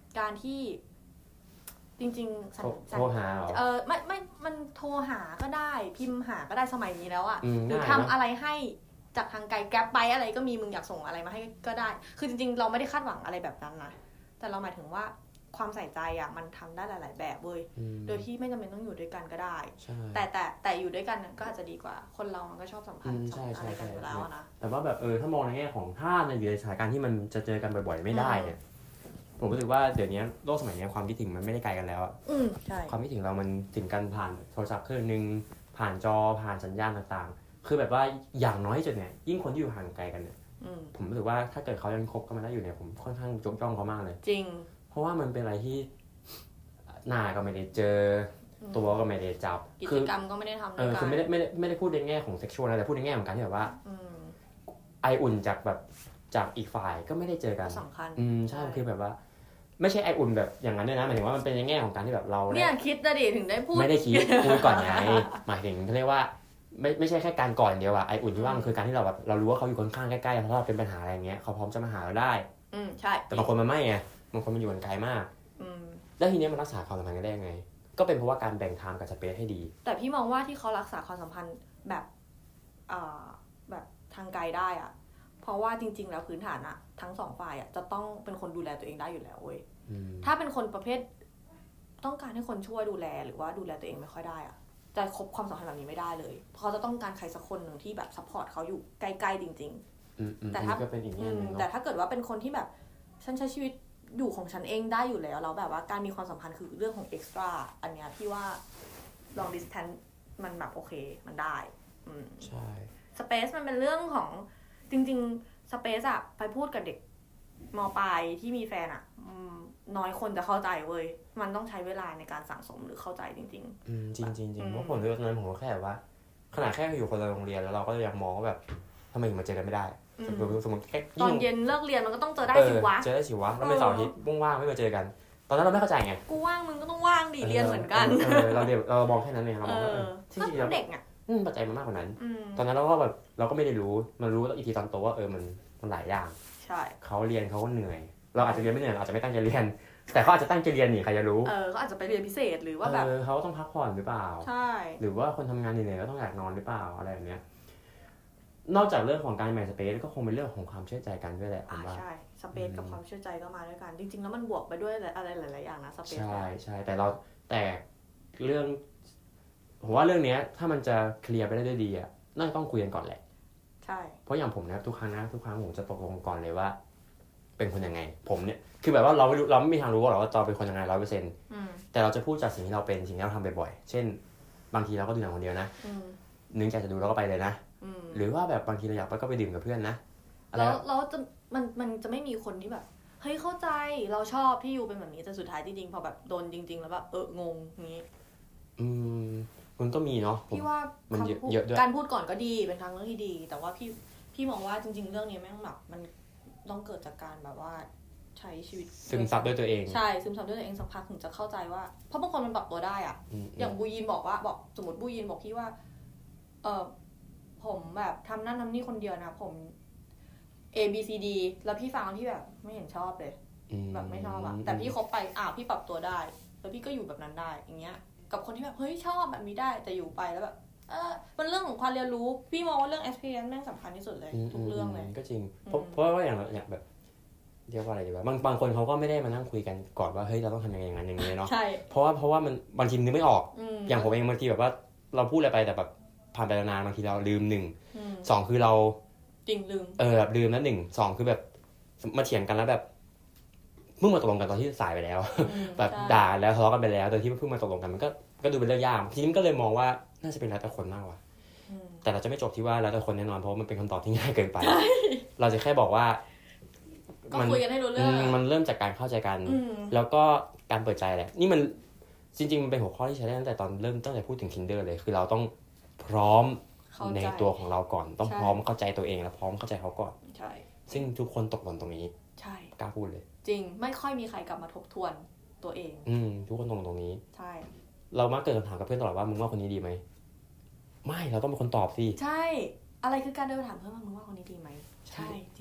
การที่จริงๆโทรหาเหรอเออไม่ไม่มันโทรหาก็ได้พิมพ์หาก็ได้สมัยนี้แล้วอะหรือทำอะไรให้จากทางไกลแก๊ปไปอะไรก็มีมึงอยากส่งอะไรมาให้ก็ได้คือจริงๆเราไม่ได้คาดหวังอะไรแบบนั้นนะแต่เราหมายถึงว่าความใส่ใจอะมันทำได้หลายๆแบบเว้ยโดยที่ไม่จำเป็นต้องอยู่ด้วยกันก็ได้แต่แต่แต่อยู่ด้วยกันก็อาจจะดีกว่าคนเรามันก็ชอบสัมพันธ์อะไรกันอยู่แล้วนะแต่ว่าแบบเออถ้ามองในแง่ของถ้าในอยู่ในสถานการณ์ที่มันจะเจอกันบ่อยๆไม่ได้เนี่ยผมรู้สึกว่าเดี๋ยวนี้โลกสมัยนี้ความคิดถึงมันไม่ได้ไกลกันแล้วอ่ะความคิดถึงเรามันถึงกันผ่านโทรศัพท์เครื่องนึงผ่านจอผ่านสัญญาณต่างๆคือแบบว่าอย่างน้อยที่สุดเนี่ยยิ่งคนที่อยู่ห่างไกลกันเนี่ยผมรู้สึกว่าถ้าเกิดเขายังคบกันมาได้อยู่เนี่ยผมค่อนข้างยกย่องเขามากเลยจริงเพราะว่ามันเป็นอะไรที่หน้าก็ไม่ได้เจอตัวก็ไม่ได้จับกิจกรรมก็ไม่ได้ทำเออคือไม่ได้ไม่ได้ไม่ได้พูดในแง่ของเซ็กชวลนะแต่พูดในแง่ของการที่แบบว่าไออุ่นจากแบบจากอีกฝ่ายก็ไม่ได้เจอกันสำคัญอืมใช่คือแบบว่าไม่ใช่ไออุ่นแบบอย่างนั้นด้วยนะหมายถึงว่ามันเป็นในแง่ของการที่แบบเราเนี่ยคิดนะดิถึงได้พูดไม่ได้คิดพูดก่อนไงหมายถึงเขาเรียกว่าไม่ไม่ใช่แค่การก่อนเดียวอะไออุ่นที่ว่ามันคือการที่เราแบบเรารู้ว่าเขาอยู่ข้างๆใกล้ๆเพราะเราเป็นปัญหาอะไรอย่างเงี้ยเขาพร้อมจะมาหาเราได้อืมใช่แต่บางคนมันไม่ไงบางคนมันอยู่ไกลมากอืมแล้วทีนี้มันรักษาความสัมพันธ์กันได้ยังไงก็เป็นเพราะว่าการแบ่งไทม์กับสเปซให้ดีแต่พี่มองว่าที่เขารักษาความสัมพันธ์แบบอ่าแบบทางไกลได้อะเพราะว่าจริงๆแล้วพื้นฐานอะทั้งสองฝ่ายอะจะต้องเป็นคนดูแลตัวเองได้อยู่แล้วเว้ยถ้าเป็นคนประเภทต้องการให้คนช่วยดูแลหรือว่าดูแลตัวเองไม่ค่อยได้อะจะคบความสัมพันธ์แบบนี้ไม่ได้เลยเพราะจะต้องการใครสักคนหนึ่งที่แบบซัพพอร์ตเขาอยู่ใกล้ๆจริงๆแต่ถ้าแต่ถ้าเกิดว่าเป็นคนที่แบบฉันใช้ชีวิตอยู่ของฉันเองได้อยู่แล้วแล้วแบบว่าการมีความสัมพันธ์คือเรื่องของเอ็กซ์ตร้าอันเนี้ยพี่ว่า long distance มันแบบโอเคมันได้อืมใช่สเปซมันเป็นเรื่องของจริงๆสเปซอะไปพูดกับเด็กม.ปลายที่มีแฟนอะน้อยคนจะเข้าใจเว้ยมันต้องใช้เวลาในการสั่งสมหรือเข้าใจจริงๆอืมจริงจริงจริงเพราะผมเรื่องนั้นผมก็แค่ว่าขนาดแค่อยู่คนละโรงเรียนแล้วเราก็ยังมองว่าแบบทำไมถึงมาเจอกันไม่ได้สมมติสมมติแค่ตอนเย็นเลิกเรียนมันก็ต้องเจอได้สิวะเจอได้สิวะแล้วไม่เสาร์อาทิตย์ว่างๆไม่มาเจอกันตอนนั้นเราไม่เข้าใจไงกูว่างมึงก็ต้องว่างดิเรียนเหมือนกันเราเรียนเรามองแค่นั้นเองเรามองว่าที่จริงแล้วเด็กอ่ะปัจจัยมันมากกว่านั้นตอนนั้นเราก็แบบเราก็ไม่ได้รู้มันรู้อีกทีตอนโตว่าเออมันมันหลายอย่างใช่เขาเรียนเขาก็เหนื่อยเราอาจจะเรียนไม่เหนื่อยเราอาจจะไม่ตั้งใจเรียนแต่เขาอาจจะตั้งใจเรียนนี่ใครจะรู้เออเขาอาจจะไปเรียนพิเศษหรือว่าแบบเออเขาต้องพักผ่อนหรือเปล่าใช่หรือว่าคนทำงานเหนื่อยๆก็ต้องอยากนอนหรือเปล่าอะไรแบบเนี้ยนอกจากเรื่องของการแบ่งสเปซก็คงเป็นเรื่องของความเชื่อใจกันด้วยแหละผมว่าใช่สเปซกับความเชื่อใจก็มาด้วยกันจริงๆแล้วมันบวกไปด้วยอะไรหลายๆอย่างนะสเปซใช่ใช่แต่เราแต่เรื่องผมว่าเรื่องนี้ถ้ามันจะเคลียร์ไปได้ด้วยดีอ่ะน่าจะต้องคุยกันก่อนแหละใช่เพราะอย่างผมนะทุกครั้งนะทุกครั้งผมจะตกลงก่อนเลยว่าเป็นคนยังไงผมเนี่ยคือแบบว่าเราไม่รู้เราไม่มีทางรู้หรอกว่าจอเป็นคนยังไงร้อยเปอร์เซ็นต์แต่เราจะพูดจากสิ่งที่เราเป็นสิ่งที่เราทำบ่อยๆเช่นบางทีเราก็ดูหนังคนเดียวนะนึกอยากจะดูเราก็ไปเลยนะหรือว่าแบบบางทีเราอยากไปก็ไปดื่มกับเพื่อนนะแล้วเราจะมันมันจะไม่มีคนที่แบบเฮ้ยเข้าใจเราชอบที่อยู่เป็นแบบนี้แต่สุดท้ายจริงๆพอแบบโดนจริงๆแล้วแบบเอองงงี้อืมมันก็มีเนาะพี่ว่ามันเยอะด้วยการพูดก่อนก็ดีเป็นทางเรื่องที่ดีแต่ว่าพี่พี่มองว่าจริงๆเรื่องนี้แม่งแบบมันต้องเกิดจากการแบบว่าใช้ชีวิตซึมซับด้วยตัวเองใช่ซึมซับด้วยตัวเองสักพักถึงจะเข้าใจว่าเพราะบางคนมันปรับตัวได้อ่ะอย่างบูยินบอกว่าบอกสมมติบูยินบอกพี่ว่าเออผมแบบทำนั่นทำนี่คนเดียวนะผม A B C D แล้วพี่ฟังแล้วพี่แบบไม่เห็นชอบเลยแบบไม่ชอบอะแต่พี่คบไปอ้าวพี่ปรับตัวได้แล้วพี่ก็อยู่แบบนั้นได้อย่างเงี้ยกับคนที่แบบเฮ้ยชอบแบบนี้ได้แต่อยู่ไปแล้วแบบเออมันเรื่องของความเรียนรู้พี่มองว่าเรื่อง experience แม่งสำคัญที่สุดเลยทุกเรื่องเลยก็จริงเพราะเพราะว่าอย่างอย่างแบบเรียกว่าอะไรดีวะบางบางคนเขาก็ไม่ได้มานั่งคุยกันก่อนว่าเฮ้ยเราต้องทำยังไงอย่างนั้นอย่างนี้เนาะเพราะว่าเพราะว่ามันบางทีนึกไม่ออกอย่างผมเองบางทีแบบว่าเราพูดอะไรไปแต่แบบผ่านไปนานบางทีเราลืมหนึ่งสองคือเราจริงลืมเออแบบลืมแล้วหนึ่งสองคือแบบมาเถียงกันแล้วแบบเพิ่งมาตกลงกันตอนที่สายไปแล้วแบบด่าแล้วทะเลาะกันไปแล้วโดยที่เพิ่งมาตกลงกันมันก็ก็ดูเป็นเรื่องยากทีนี้ก็เลยมองว่าน่าจะเป็นแล้วแต่คนมากกว่าแต่เราจะไม่จบที่ว่าแล้วแต่คนแน่นอนเพราะมันเป็นคำตอบที่ง่ายเกินไปเราจะแค่บอกว่าก็คุยกันให้รู้เรื่องมันเริ่มจากการเข้าใจกันแล้วก็การเปิดใจแหละนี่มันจริงๆมันเป็นหัวข้อที่ใช้ได้ตั้งแต่ตอนเริ่มตั้งแต่พูดถึง Tinder เลยคือเราต้องพร้อมในตัวของเราก่อนต้องพร้อมเข้าใจตัวเองและพร้อมเข้าใจเขาก่อนใช่ซึ่งทุกคนตกหล่นตรงนี้ใช่กล้าพูดเลยจริงไม่ค่อยมีใครกลับมาทบทวนตัวเองอืมทุกคนตรงตรงนี้ใช่เรามักเกิดคำถามกับเพื่อนตลอดว่ามึงว่าคนนี้ดีไหมไม่เราต้องเป็นคนตอบสิใช่อะไรคือการเดินไปถามเพื่อนว่ามึงว่าคนนี้ดีไหมใช่จริงๆ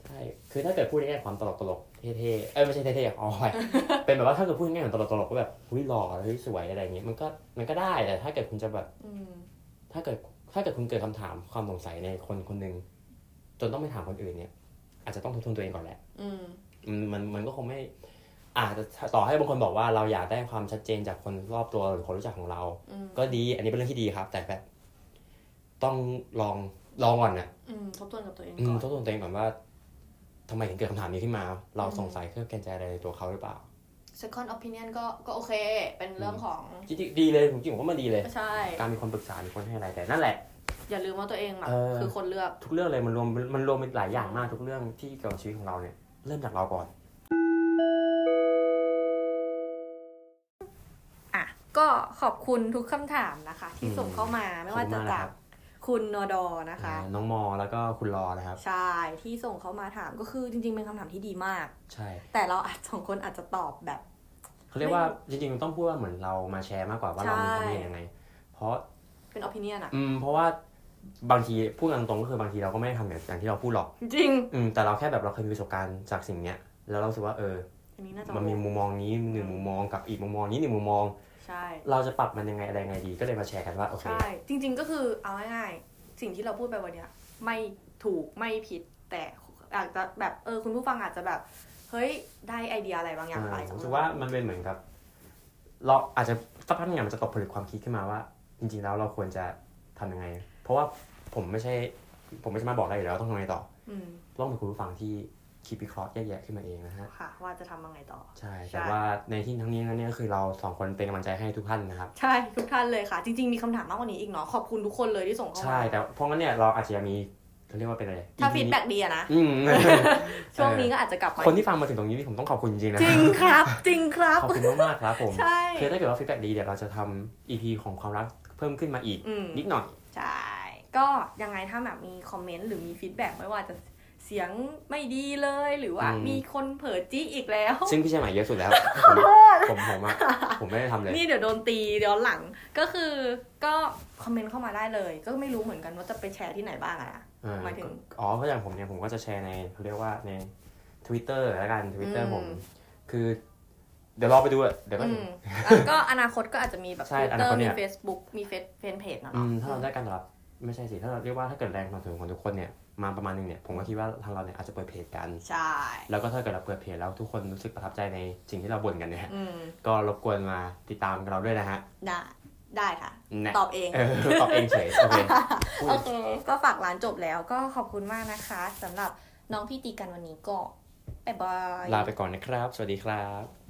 ใช่คือถ้าเกิดพูดในแง่ความตลกตลกเท่ๆเอ้ยไม่ใช่เท่ๆอ๋อ เป็นแบบว่าถ้าเกิดพูดในแง่ของตลกตลกก็แบบหุ้ยหล่อเฮ้ยสวยอะไรอย่างเงี้ยมันก็มันก็ได้แต่ถ้าเกิดคุณจะแบบถ้าเกิดถ้าเกิดคุณเกิดคำถามความสงสัยในคนคนนึงจนต้องไปถามคนอื่นเนี่ยอาจจะต้องทบทวนตัวเองก่อนแหละมันมันมันก็คงไม่อาจจะต่อให้บางคนบอกว่าเราอยากได้ความชัดเจนจากคนรอบตัวหรือคนรู้จักของเราก็ดีอันนี้เป็นเรื่องที่ดีครับแต่แบบต้องลองลองก่อนนะทบทวนกับตัวเองก่อนทบทวนตัวเองก่อนว่าทำไมถึงเกิดคำถามนี้ขึ้นมาเราสงสัยเครือบแคลงใจอะไรในตัวเขาหรือเปล่า second opinion ก็ก็โอเคเป็นเรื่องของจริงๆดีเลยผมจริงผมว่ามันดีเลยใช่การมีคนปรึกษามีคนให้อะไรแต่นั่นแหละอย่าลืมว่าตัวเองอ่ะคือคนเลือกทุกเรื่องเลยมันรวมมันรวมเป็นหลายอย่างมากทุกเรื่องที่เกี่ยวกับชีวิตของเราเนี่ยเริ่มจากเราก่อนอ่ะก็ขอบคุณทุกคำถามนะคะที่ส่งเข้ามาไม่ว่าจะจากคุณนดนะคะน้องมอแล้วก็คุณรอนะครับใช่ที่ส่งเข้ามาถามก็คือจริงๆเป็นคำถามที่ดีมากใช่แต่เราอาจสองคนอาจจะตอบแบบเขาเรียกว่าจริงๆต้องพูดว่าเหมือนเรามาแชร์มากกว่าว่าเรามีความเห็นยังไงเพราะเป็น opinion อ่ะอืมเพราะว่าบางทีพูดตรงๆก็คือบางทีเราก็ไม่ได้ทำแบบอย่างที่เราพูดหรอกจริงอืมแต่เราแค่แบบเราเคยมีประสบการณ์จากสิ่งเนี้ยแล้วเราสึกว่าเออมันมีมุมมองนี้หนึ่งมุมมองกับอีกมุมมองนี้หนึ่งมุมมองใช่เราจะปรับมันยังไงอะไรยังไงดีก็เลยมาแชร์กันว่าโอเคใช่จริงๆก็คือเอาง่ายๆสิ่งที่เราพูดไปวันเนี้ยไม่ถูกไม่ผิดแต่อาจจะแบบเออคุณผู้ฟังอาจจะแบบเฮ้ยได้ไอเดียอะไรบางอย่างไปผมรู้สึกว่ามันเป็นเหมือนกับเราอาจจะสักพักนึงมันจะตกผลึกความคิดขึ้นมาว่าจริงๆแล้วเราควรจะทำยังไงเพราะว่าผมไม่ใช่ผมไม่สามารถบอกได้อยู่แล้วต้องทำยังไงต่อต้องเป็นคุณผู้ฟังที่คิดวิเคราะห์แยกแยะขึ้นมาเองนะฮะค่ะว่าจะทำยังไงต่อใช่แต่ว่าในที่ทั้งนี้นั้นเนี่ยก็คือเราสองคนเป็นกำลังใจให้ทุกท่านนะครับใช่ทุกท่านเลยค่ะจริงๆมีคำถามมากกว่านี้อีกเนาะขอบคุณทุกคนเลยที่ส่งเข้ามาใช่แต่เพราะงั้นเนี่ยเราอาจจะมีเขาเรียกว่าเป็นอะไรถ้าฟีดแบ็กดีอะนะช่วงนี้ก็อาจจะกลับมาคนที่ฟังมาถึงตรงนี้ผมต้องขอบคุณจริงๆนะจริงครับจริงครับขอบคุณมากๆครับผมใช่คือถ้าเกิดว่าฟีดแบ็กดีเดี๋ยวเราจะทำ อี พี ของความรักเพิ่มขึ้นมาอีกนิดหน่อยใช่ก็ยังไงถ้าแบบมีคอมเมนต์หรือมีฟีดแบ็กไม่ว่าจะเสียงไม่ดีเลยหรือว่ามีคนเผลอจี้อีกแล้วซึ่งพี่ชายใหม่เยอะสุดแล้วผมผมอะผมไม่ได้ทำเลยนี่เดี๋ยวโดนตีเดี๋ยวหลังก็คือก็คอมเมนต์เข้ามาได้เลยก็ไม่รู้เหมือนกันว่าจะไปแชร์ที่ไหนบ้างอะหมายถึงอ๋อเพราะอย่างผมเนี่ยผมก็จะแชร์ในเขาเรียกว่าใน Twitter แล้วกัน Twitter ผมคือเดี๋ยวรอไปดูอ่ะเดี๋ยวก็ก็อนาคตก็อาจจะมีแบบ Twitter มี Facebook มีเฟซเฟซเพจนะเนาะถ้าเราได้การตอบรับไม่ใช่สิถ้าเราเรียกว่าถ้าเกิดแรงมาถึงของทุกคนเนี่ยมาประมาณนึงเนี่ยผมก็คิดว่าทางเราเนี่ยอาจจะเปิดเพจกันใช่แล้วก็ถ้าเกิดเราเปิดเพจแล้วทุกคนรู้สึกประทับใจในสิ่งที่เราบ่นกันเนี่ยก็รบกวนมาติดตามเราด้วยนะฮะได้ได้ค่ะตอบเองตอบเองเฉยโอเคโอเคก็ฝากร้านจบแล้วก็ขอบคุณมากนะคะสำหรับน้องพี่ตีกันวันนี้ก็บ๊ายบายลาไปก่อนนะครับสวัสดีครับ